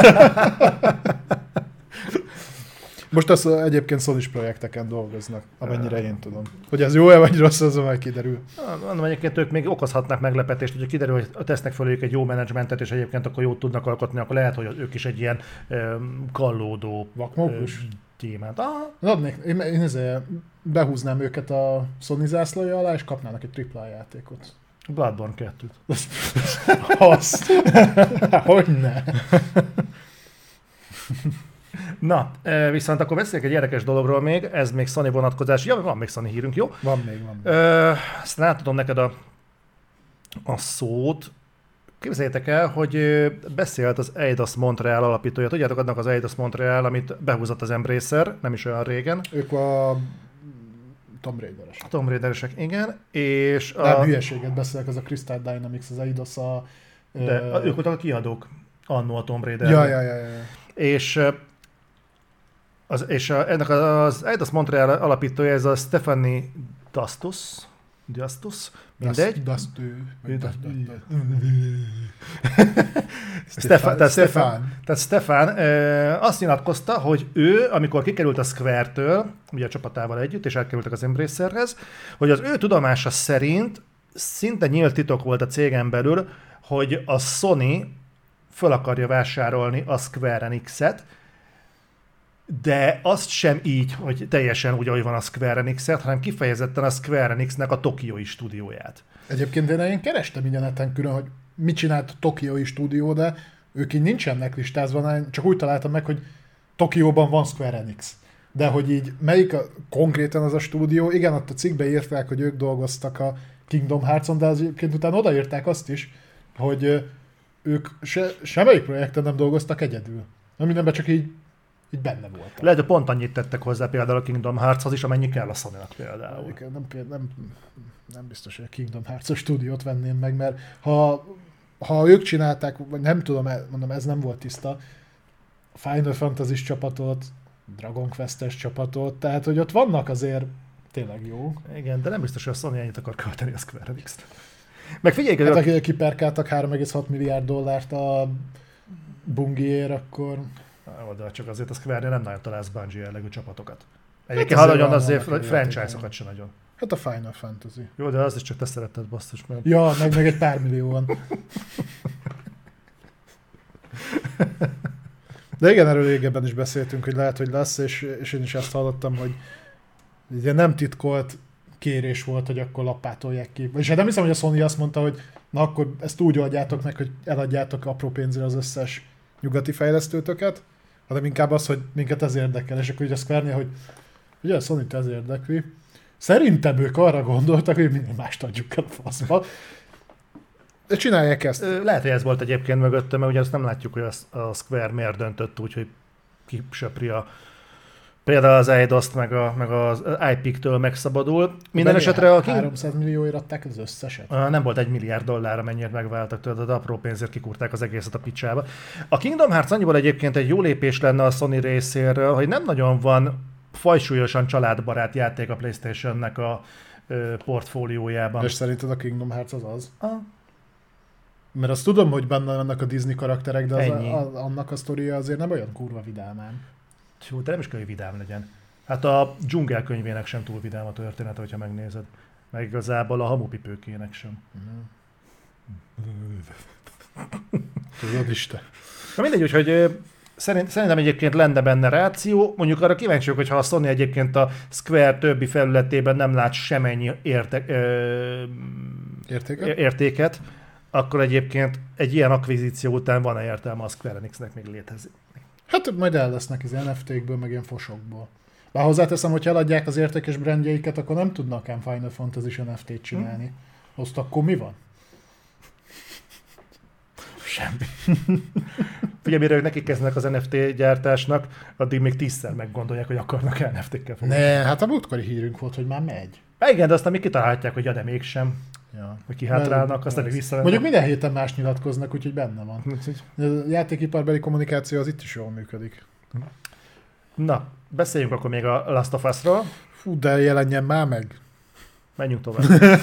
Most azt egyébként Sony-s projekteken dolgoznak, amennyire én tudom. Hogy ez jó-e vagy rossz, az majd kiderül.
Mondom, egyébként ők még okozhatnak meglepetést, hogyha kiderül, hogy tesznek fel ők egy jó menedzsmentet, és egyébként akkor jót tudnak alkotni, akkor lehet, hogy ők is egy ilyen kallódó
vakmókus
témát.
Én ezért behúznám őket a Sony zászlója alá, és kapnának egy AAA játékot.
Bloodborne 2-t.
Azt. Hogyne.
Na, viszont akkor beszéljük egy érdekes dologról még, ez még Sony vonatkozás. Ja, van még Sony hírünk, jó?
Van még.
Aztán átadom neked a szót. Képzeljétek el, hogy beszélt az Eidos Montreal alapítója. Tudjátok, annak az Eidos Montreal, amit behúzott az Embracer, nem is olyan régen.
Ők a Tomb Raideresek.
A Tomb Raideresek, igen. És
nem hülyeséget beszélek, az a Crystal Dynamics, az Eidos
De ők voltak a kiadók annó a Tomb Raider.
Ja.
És ennek az Eidos Montreal alapítója, ez a Stephanie Dastus, mindegy. Stefan azt nyilatkozta, hogy ő, amikor kikerült a Square-től, ugye a csapatával együtt, és elkerültek az Embracerhez, hogy az ő tudomása szerint szinte nyílt titok volt a cégen belül, hogy a Sony föl akarja vásárolni a Square Enix-et, de azt sem így, hogy teljesen úgy, ahogy van a Square Enix-et, hanem kifejezetten a Square Enix-nek a tokiói stúdióját.
Egyébként én kerestem így a neten külön, hogy mit csinált a tokiói stúdió, de ők így nincsenek listázva, csak úgy találtam meg, hogy Tokióban van Square Enix. De hogy így konkrétan az a stúdió, igen, ott a cikkbe írták, hogy ők dolgoztak a Kingdom Hearts-on, de azért utána odaírták azt is, hogy ők semmelyik projekten nem dolgoztak egyedül. Nem mindenben csak így benne voltak.
Lehet, hogy pont annyit tettek hozzá például a Kingdom Heartshoz is, amennyi kell a Sony-nak például.
Nem biztos, hogy a Kingdom Hearts-os stúdiót venném meg, mert ha ők csinálták, vagy nem tudom, mondom, ez nem volt tiszta, Final Fantasy-s csapatot, Dragon Quest-es csapatot, tehát hogy ott vannak azért tényleg jó.
Igen, de nem biztos, hogy a Sony ennyit akar költeni a Square Enix-t. Meg figyeljük,
hát akik kiperkáltak $3,6 milliárd a Bungiért, akkor...
De csak azért a Square nem nagyon találsz Bungie jellegű csapatokat. Egyébként hát azért franchise-okat sem nagyon.
Hát a Final Fantasy.
Jó, de az is csak te szeretted, basszus. Mert...
Ja, meg egy pár millióan. De igen, erről régebben is beszéltünk, hogy lehet, hogy lesz, és én is ezt hallottam, hogy ugye nem titkolt kérés volt, hogy akkor lappátolják ki. És nem hiszem, hogy a Sony azt mondta, hogy na akkor ezt úgy oldjátok meg, hogy eladjátok apró pénzre az összes nyugati fejlesztőtöket, hanem inkább az, hogy minket ez érdekel. És akkor ugye a Square-nél, hogy ugye a Sony-t ez érdekli. Szerintem ők arra gondoltak, hogy minden mást adjuk el a faszba. De csinálják ezt.
Lehet, hogy ez volt egyébként mögötte, mert ugye azt nem látjuk, hogy a Square miért döntött úgy, hogy kisöpri például az Eidos-t, meg az IP-től megszabadul. Minden esetre a
300 millióért adták az összeset?
Nem volt $1 milliárd, amennyit megváltak tőle, de apró pénzért kikúrták az egészet a picsába. A Kingdom Hearts annyiból egyébként egy jó lépés lenne a Sony részéről, hogy nem nagyon van fajsúlyosan családbarát játék a PlayStation-nek a portfóliójában.
És szerinted a Kingdom Hearts az? Mert azt tudom, hogy benne vannak a Disney karakterek, de annak a sztoria azért nem olyan kurva vidámán.
Jó, de nem is kell, hogy vidám legyen. Hát a dzsungel könyvének sem túl vidám a története, hogyha megnézed. Meg igazából a hamupipőkének sem.
Tudod is te.
Na mindegy, úgyhogy szerintem egyébként lenne benne ráció. Mondjuk arra kíváncsiak, hogyha a Sony egyébként a Square többi felületében nem lát semennyi értéket, akkor egyébként egy ilyen akvizíció után van-e értelme a Square Enixnek még létezni?
Hát majd el lesznek az NFT-kből, meg ilyen fosokból. Bár hozzáteszem, hogy eladják az értékes brandjeiket, akkor nem tudnak ám Final Fantasy NFT-t csinálni. Azt akkor mi van?
Semmi. Ugye mire nekik kezdenek az NFT gyártásnak, addig még 10-szer meggondolják, hogy akarnak NFT-kkel foglalkozni.
Ne, hát a múltkori hírünk volt, hogy már megy.
Igen, de aztán még kitalálhatják, hogy de mégsem.
Ja.
Hogy kihátrálnak, aztán még visszavennek.
Mondjuk minden héten más nyilatkoznak, úgyhogy benne van. A játékiparbeli kommunikáció az itt is jól működik.
Na, beszéljünk akkor még a Last of Us-ról.
Fú, de jelenjen már meg.
Menjünk tovább.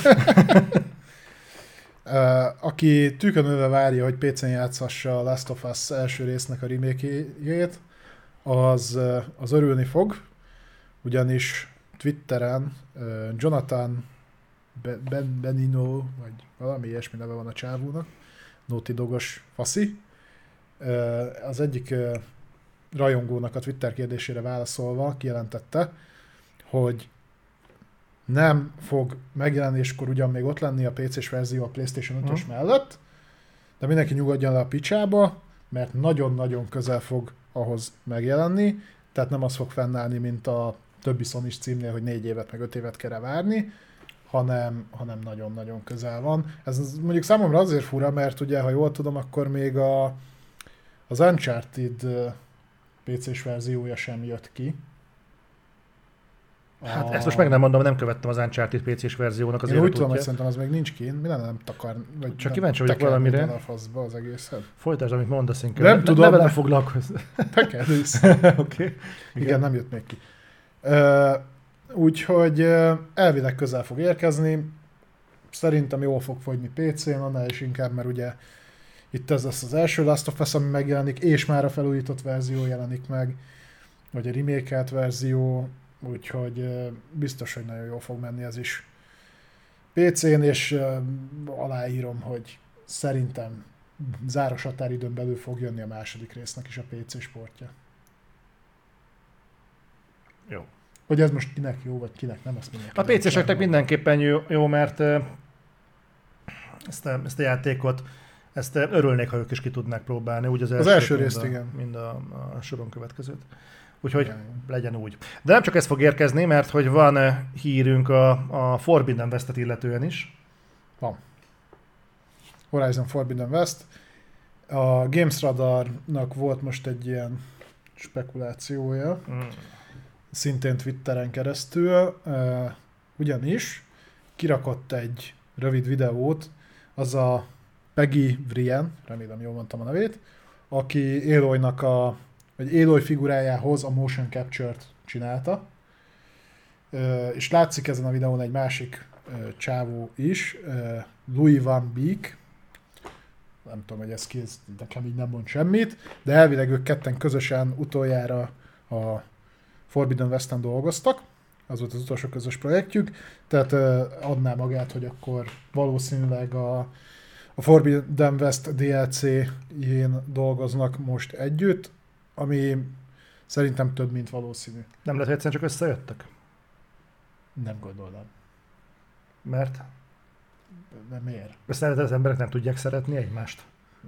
Aki tűkönölve várja, hogy PC-n játszhassa a Last of Us első résznek a remake-jét, az örülni fog, ugyanis Twitteren Jonathan Benino, vagy valami ilyesmi neve van a csávónak, Naughty Dogos faszi, az egyik rajongónak a Twitter kérdésére válaszolva kijelentette, hogy nem fog megjelenéskor ugyan még ott lenni a PC-s verzió a PlayStation 5-ös mellett, de mindenki nyugodjon le a picsába, mert nagyon-nagyon közel fog ahhoz megjelenni, tehát nem az fog fennállni, mint a többi Sony-s címnél, hogy 4 évet meg 5 évet kell várni, hanem nagyon-nagyon közel van. Ez mondjuk számomra azért fura, mert ugye, ha jól tudom, akkor még az Uncharted PC-s verziója sem jött ki.
Hát ezt most meg nem mondom, nem követtem az Uncharted PC-s verziónak az
életútját. Én úgy tudom, hogy szerintem az még nincs kint. Mi lenne nem takar... Vagy
csak kíváncsi vagyok valamire.
A faszba az egészet.
Folytasd, amit mondasz inkább.
Nem tudom.
Ne velem foglalkozz.
Tekerülsz.
Okay.
Igen, nem jött még ki. Úgyhogy elvileg közel fog érkezni. Szerintem jól fog fogyni PC-n, annál is inkább, mert ugye itt ez lesz az első Last of Us, ami megjelenik, és már a felújított verzió jelenik meg, vagy a remake-elt verzió, úgyhogy biztos, hogy nagyon jól fog menni ez is PC-n, és aláírom, hogy szerintem záros határidőn belül fog jönni a második résznek is a PC sportja.
Jó.
Hogy ez most kinek jó, vagy kinek nem, azt mindenki.
A PC-seknek mindenképpen jó, mert ezt a játékot Ezt örülnék, ha ők is ki tudnák próbálni, úgy
az első részt, igen.
Mind a soron következőt. Úgyhogy legyen úgy. De nem csak ez fog érkezni, mert hogy van hírünk a Forbidden West-et illetően is.
Van. Horizon Forbidden West. A Games Radarnak volt most egy ilyen spekulációja, szintén Twitteren keresztül, ugyanis kirakott egy rövid videót, az a Peggy Vrien, remélem jól mondtam a nevét, aki Aloy figurájához a motion capture-t csinálta, és látszik ezen a videón egy másik csávó is, Louis Van Beek, nem tudom, hogy ez nekem így nem mond semmit, de elvileg ők ketten közösen utoljára a Forbidden West-en dolgoztak, az volt az utolsó közös projektjük, tehát adná magát, hogy akkor valószínűleg a Forbidden West DLC-jén dolgoznak most együtt, ami szerintem több, mint valószínű.
Nem lehet, hogy egyszerűen csak összejöttek?
Nem gondolom.
Mert?
De miért?
Szerinted az emberek nem tudják szeretni egymást?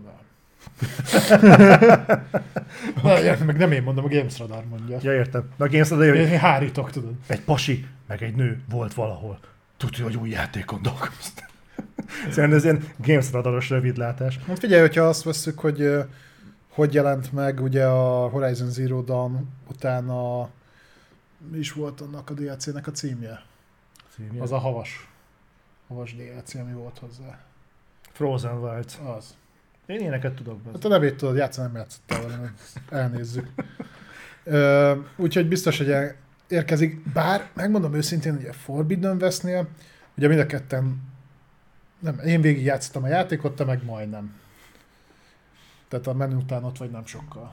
Meg nem én mondom, a Games Radar mondja.
Ja, értem. A Games Radar, hogy
én hárítok, tudod.
Egy pasi, meg egy nő volt valahol. Tudja, hogy új játékon dolgozt. Szerintem ez ilyen Games Radaros rövidlátás.
Hát figyelj, hogyha azt vesszük, hogy jelent meg ugye a Horizon Zero Dawn utána, mi is volt annak a DLC-nek a címje? Az a havas DLC, ami volt hozzá.
Frozen Wilds.
Az.
Én ilyeneket tudok.
Hát a nevét tudod, játszani nem játszottál vele, elnézzük. Úgyhogy biztos, hogy érkezik, bár megmondom őszintén, hogy a Forbidden West-nél, ugye mind a ketten, nem, én végig játszottam a játékot, te meg majdnem. Tehát a menü után ott vagy nem sokkal.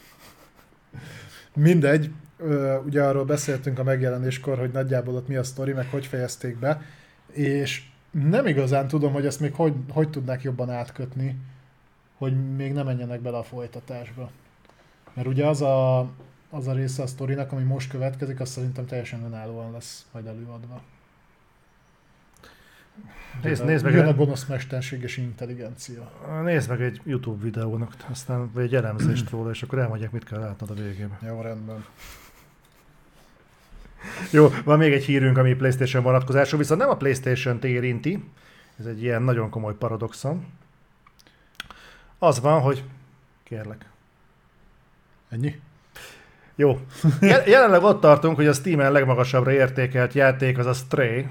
Mindegy, ugye arról beszéltünk a megjelenéskor, hogy nagyjából ott mi a sztori, meg hogy fejezték be, és nem igazán tudom, hogy ezt még hogy tudnák jobban átkötni, hogy még nem menjenek bele a folytatásba. Mert ugye az a része a sztorinak, ami most következik, az szerintem teljesen önállóan lesz majd előadva.
Nézd meg,
jön a gonosz mesterséges intelligencia.
Nézd meg egy YouTube videónak, aztán vagy egy elemzést róla, és akkor elmondják, mit kell látnod a végében.
Jó, rendben.
Jó, van még egy hírünk, ami PlayStation vonatkozású, viszont nem a PlayStation-t érinti. Ez egy ilyen nagyon komoly paradoxon. Az van, hogy... Kérlek.
Ennyi?
Jó. Jelenleg ott tartunk, hogy a Steam-en legmagasabbra értékelt játék az a Stray.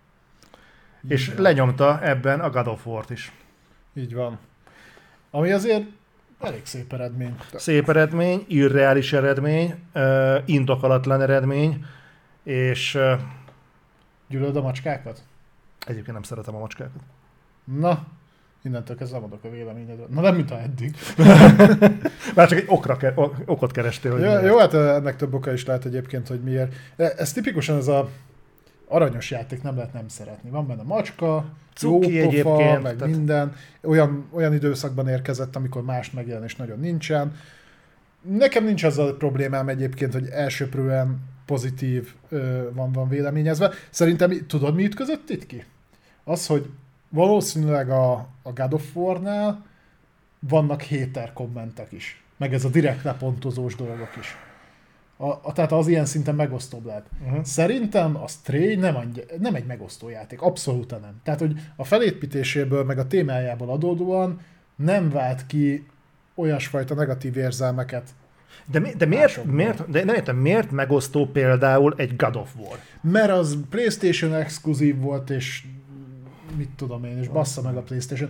És lenyomta ebben a God of War-t is.
Így van. Ami azért elég szép eredmény.
Szép eredmény, irreális eredmény, indokolatlan eredmény, és...
Gyűlöd a macskákat?
Egyébként nem szeretem a macskákat.
Na, innentől kezdve adok a véleményedről. Na nem, mint a eddig.
Már csak egy okot kerestél. Hogy
jó, hát ennek több oka is lehet egyébként, hogy miért. Ez tipikusan ez a aranyos játék, nem lehet nem szeretni. Van benne macska,
cuki
jó pofa,
egyébként,
meg
tehát...
minden. Olyan időszakban érkezett, amikor más megjelenés nagyon nincsen. Nekem nincs azzal a problémám egyébként, hogy elsőprően pozitív van véleményezve. Szerintem tudod, mi ütközött itt ki? Az, hogy valószínűleg a God of War-nál vannak hater kommentek is. Meg ez a direkt lepontozós dolgok is. Tehát az ilyen szinten megosztóbb lehet. Szerintem a Stray nem egy megosztó játék. Abszolút nem. Tehát, hogy a felépítéséből, meg a témájából adódóan nem vált ki olyasfajta negatív érzelmeket.
De miért megosztó például egy God of War?
Mert az PlayStation exkluzív volt, és mit tudom én, és bassza meg a PlayStation.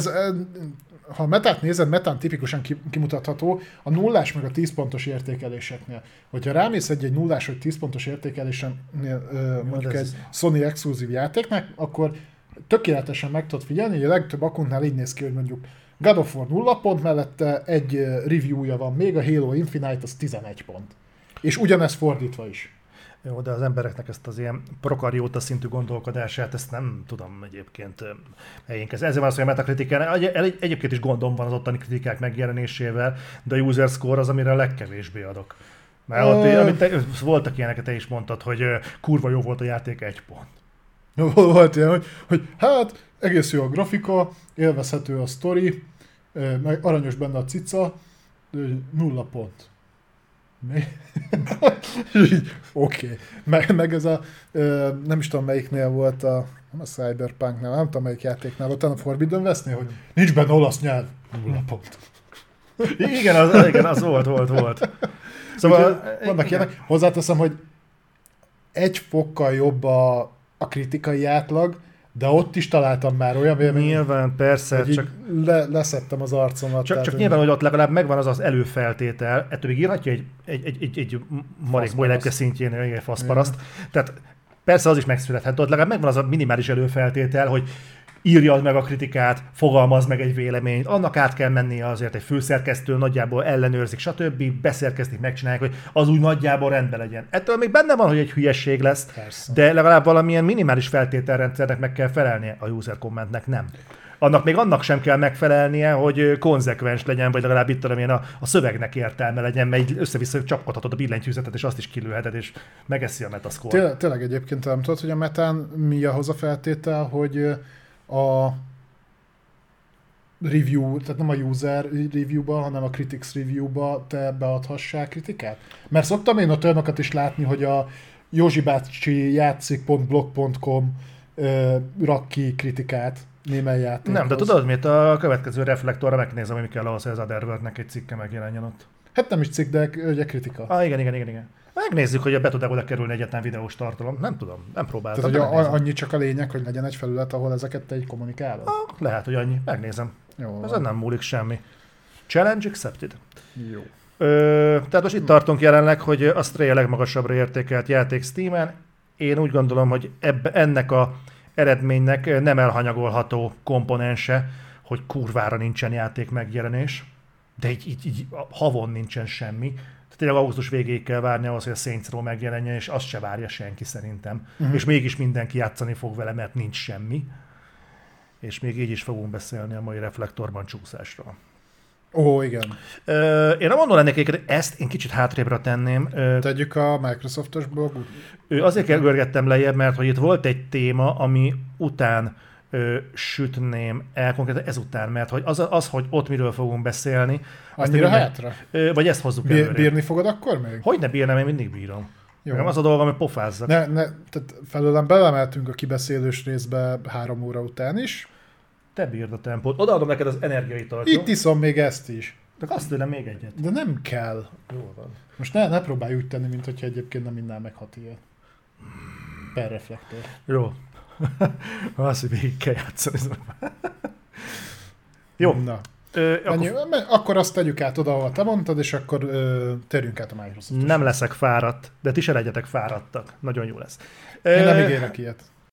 Ha a metát nézed, metán tipikusan kimutatható a nullás meg a 10 pontos értékeléseknél. Hogyha rámész egy nullás vagy 10 pontos értékelésennél mondjuk egy Sony exkluzív játéknak, akkor tökéletesen meg tudod figyelni, hogy a legtöbb akkunknál így néz ki, hogy mondjuk God of War 0 pont, mellette egy reviewja van még, a Halo Infinite az 11 pont. És ugyanez fordítva is.
Jó, de az embereknek ezt az ilyen prokarióta szintű gondolkodását, ezt nem tudom egyébként helyén kezdeni. Ezzel van az, hogy a Metacritiken egyébként is gondom van az ottani kritikák megjelenésével, de a user score az, amire a legkevésbé adok. Mert voltak ilyeneket, te is mondtad, hogy kurva jó volt a játék, 1 pont.
Volt ilyen, hogy hát egész jó a grafika, élvezhető a sztori, meg aranyos benne a cica, 0 pont. Mi? Oké. Meg ez a, nem is tudom melyiknél volt nem a Cyberpunknál, nem tudom melyik játéknál volt, a Forbidden Westnél, hogy nincs benne olasz nyelv, 0 pont.
Igen, az volt. Szóval
vannak ilyenek. Hozzáteszem, hogy 1 fokkal jobb a kritikai átlag, de ott is találtam már olyan véleményt.
Nyilván, persze,
csak leszettem az arcomat.
Csak nyilván, hogy ott legalább megvan az előfeltétel, ettől még írhatja egy marék lepke szintjén egy faszparaszt. Tehát persze az is megszülethet, ott legalább megvan az a minimális előfeltétel, hogy írjad meg a kritikát, fogalmazd meg egy véleményt, annak át kell mennie azért egy főszerkesztő, nagyjából ellenőrzik, stb. Beszérkeztik, megcsinálják, hogy az úgy nagyjából rendben legyen. Ettől még benne van, hogy egy hülyesség lesz, persze. De legalább valamilyen minimális feltételrendszernek meg kell felelnie, a user commentnek nem. Annak sem kell megfelelnie, hogy konzekvens legyen, vagy legalább itt tudom én a szövegnek értelme legyen, mert össze-vissza csapkodhatod a billentyűzetet, és azt is kilőheted, és megeszi a metascore.
Tényleg egyébként nem tudod, hogy a metán mi ahhoz a feltétel, hogy a review, tehát nem a user review-ba, hanem a critics review-ba te beadhassál kritikát? Mert szoktam én ott olyanokat is látni, hogy a Józsi bácsi játszik.blog.com rak ki kritikát némely játékhoz.
Nem, de tudod mit? A következő reflektorra megnézem, hogy mi kell ahhoz, hogy az Otherworld-nek egy cikke megjelenjen ott.
Hát nem is cikk, de ugye kritika.
Igen. Megnézzük, hogy be tud-e oda kerülni egyetlen videós tartalom. Nem tudom, nem próbáltam.
Tehát, hogy annyi csak a lényeg, hogy legyen egy felület, ahol ezeket te így kommunikálod?
Lehet, hogy annyi. Megnézem.
Jó,
ezen nem múlik semmi. Challenge accepted.
Jó.
Tehát most itt tartunk jelenleg, hogy a Stray a legmagasabbra értékelt játék Steamen. Én úgy gondolom, hogy ennek a eredménynek nem elhanyagolható komponense, hogy kurvára nincsen játék megjelenés, de így havon nincsen semmi. Tényleg augusztus végéig kell várni ahhoz, hogy a Saints Row megjelenjen, és azt se várja senki szerintem. És mégis mindenki játszani fog vele, mert nincs semmi. És még így is fogunk beszélni a mai reflektorban csúszásról.
Ó, igen.
Én nem mondom lennék, hogy ezt én kicsit hátrébbra tenném.
Tegyük a Microsoftos blogot.
Azért görgettem lejjebb, mert hogy itt volt egy téma, ami után sütném el, konkrétan ezután, mert hogy az, hogy ott miről fogunk beszélni.
Annyira hátra?
Vagy ezt hozzuk előre.
Bírni fogod akkor még?
Hogy ne bírnám, én mindig bírom. Nem az a dolgom, hogy pofázzak.
Tehát felőlem belemeltünk a kibeszélős részbe 3 óra után is.
Te bírd a tempót. Odaadom neked az energiaitalt.
Itt iszom még ezt is.
De azt tőlem még egyet.
De nem kell.
Jól van.
Most ne próbálj úgy tenni, mint hogyha egyébként nem innál meg 6 ilyet. Per reflektor.
Jó. Azt, hogy végig kell játszani. Jó.
Na. Akkor azt tegyük át oda, ahol te mondtad, és akkor térjünk át a Microsoft-os.
Nem leszek fáradt, de ti se legyetek fáradtak. Nagyon jó lesz.
Én nem ígérek ilyet.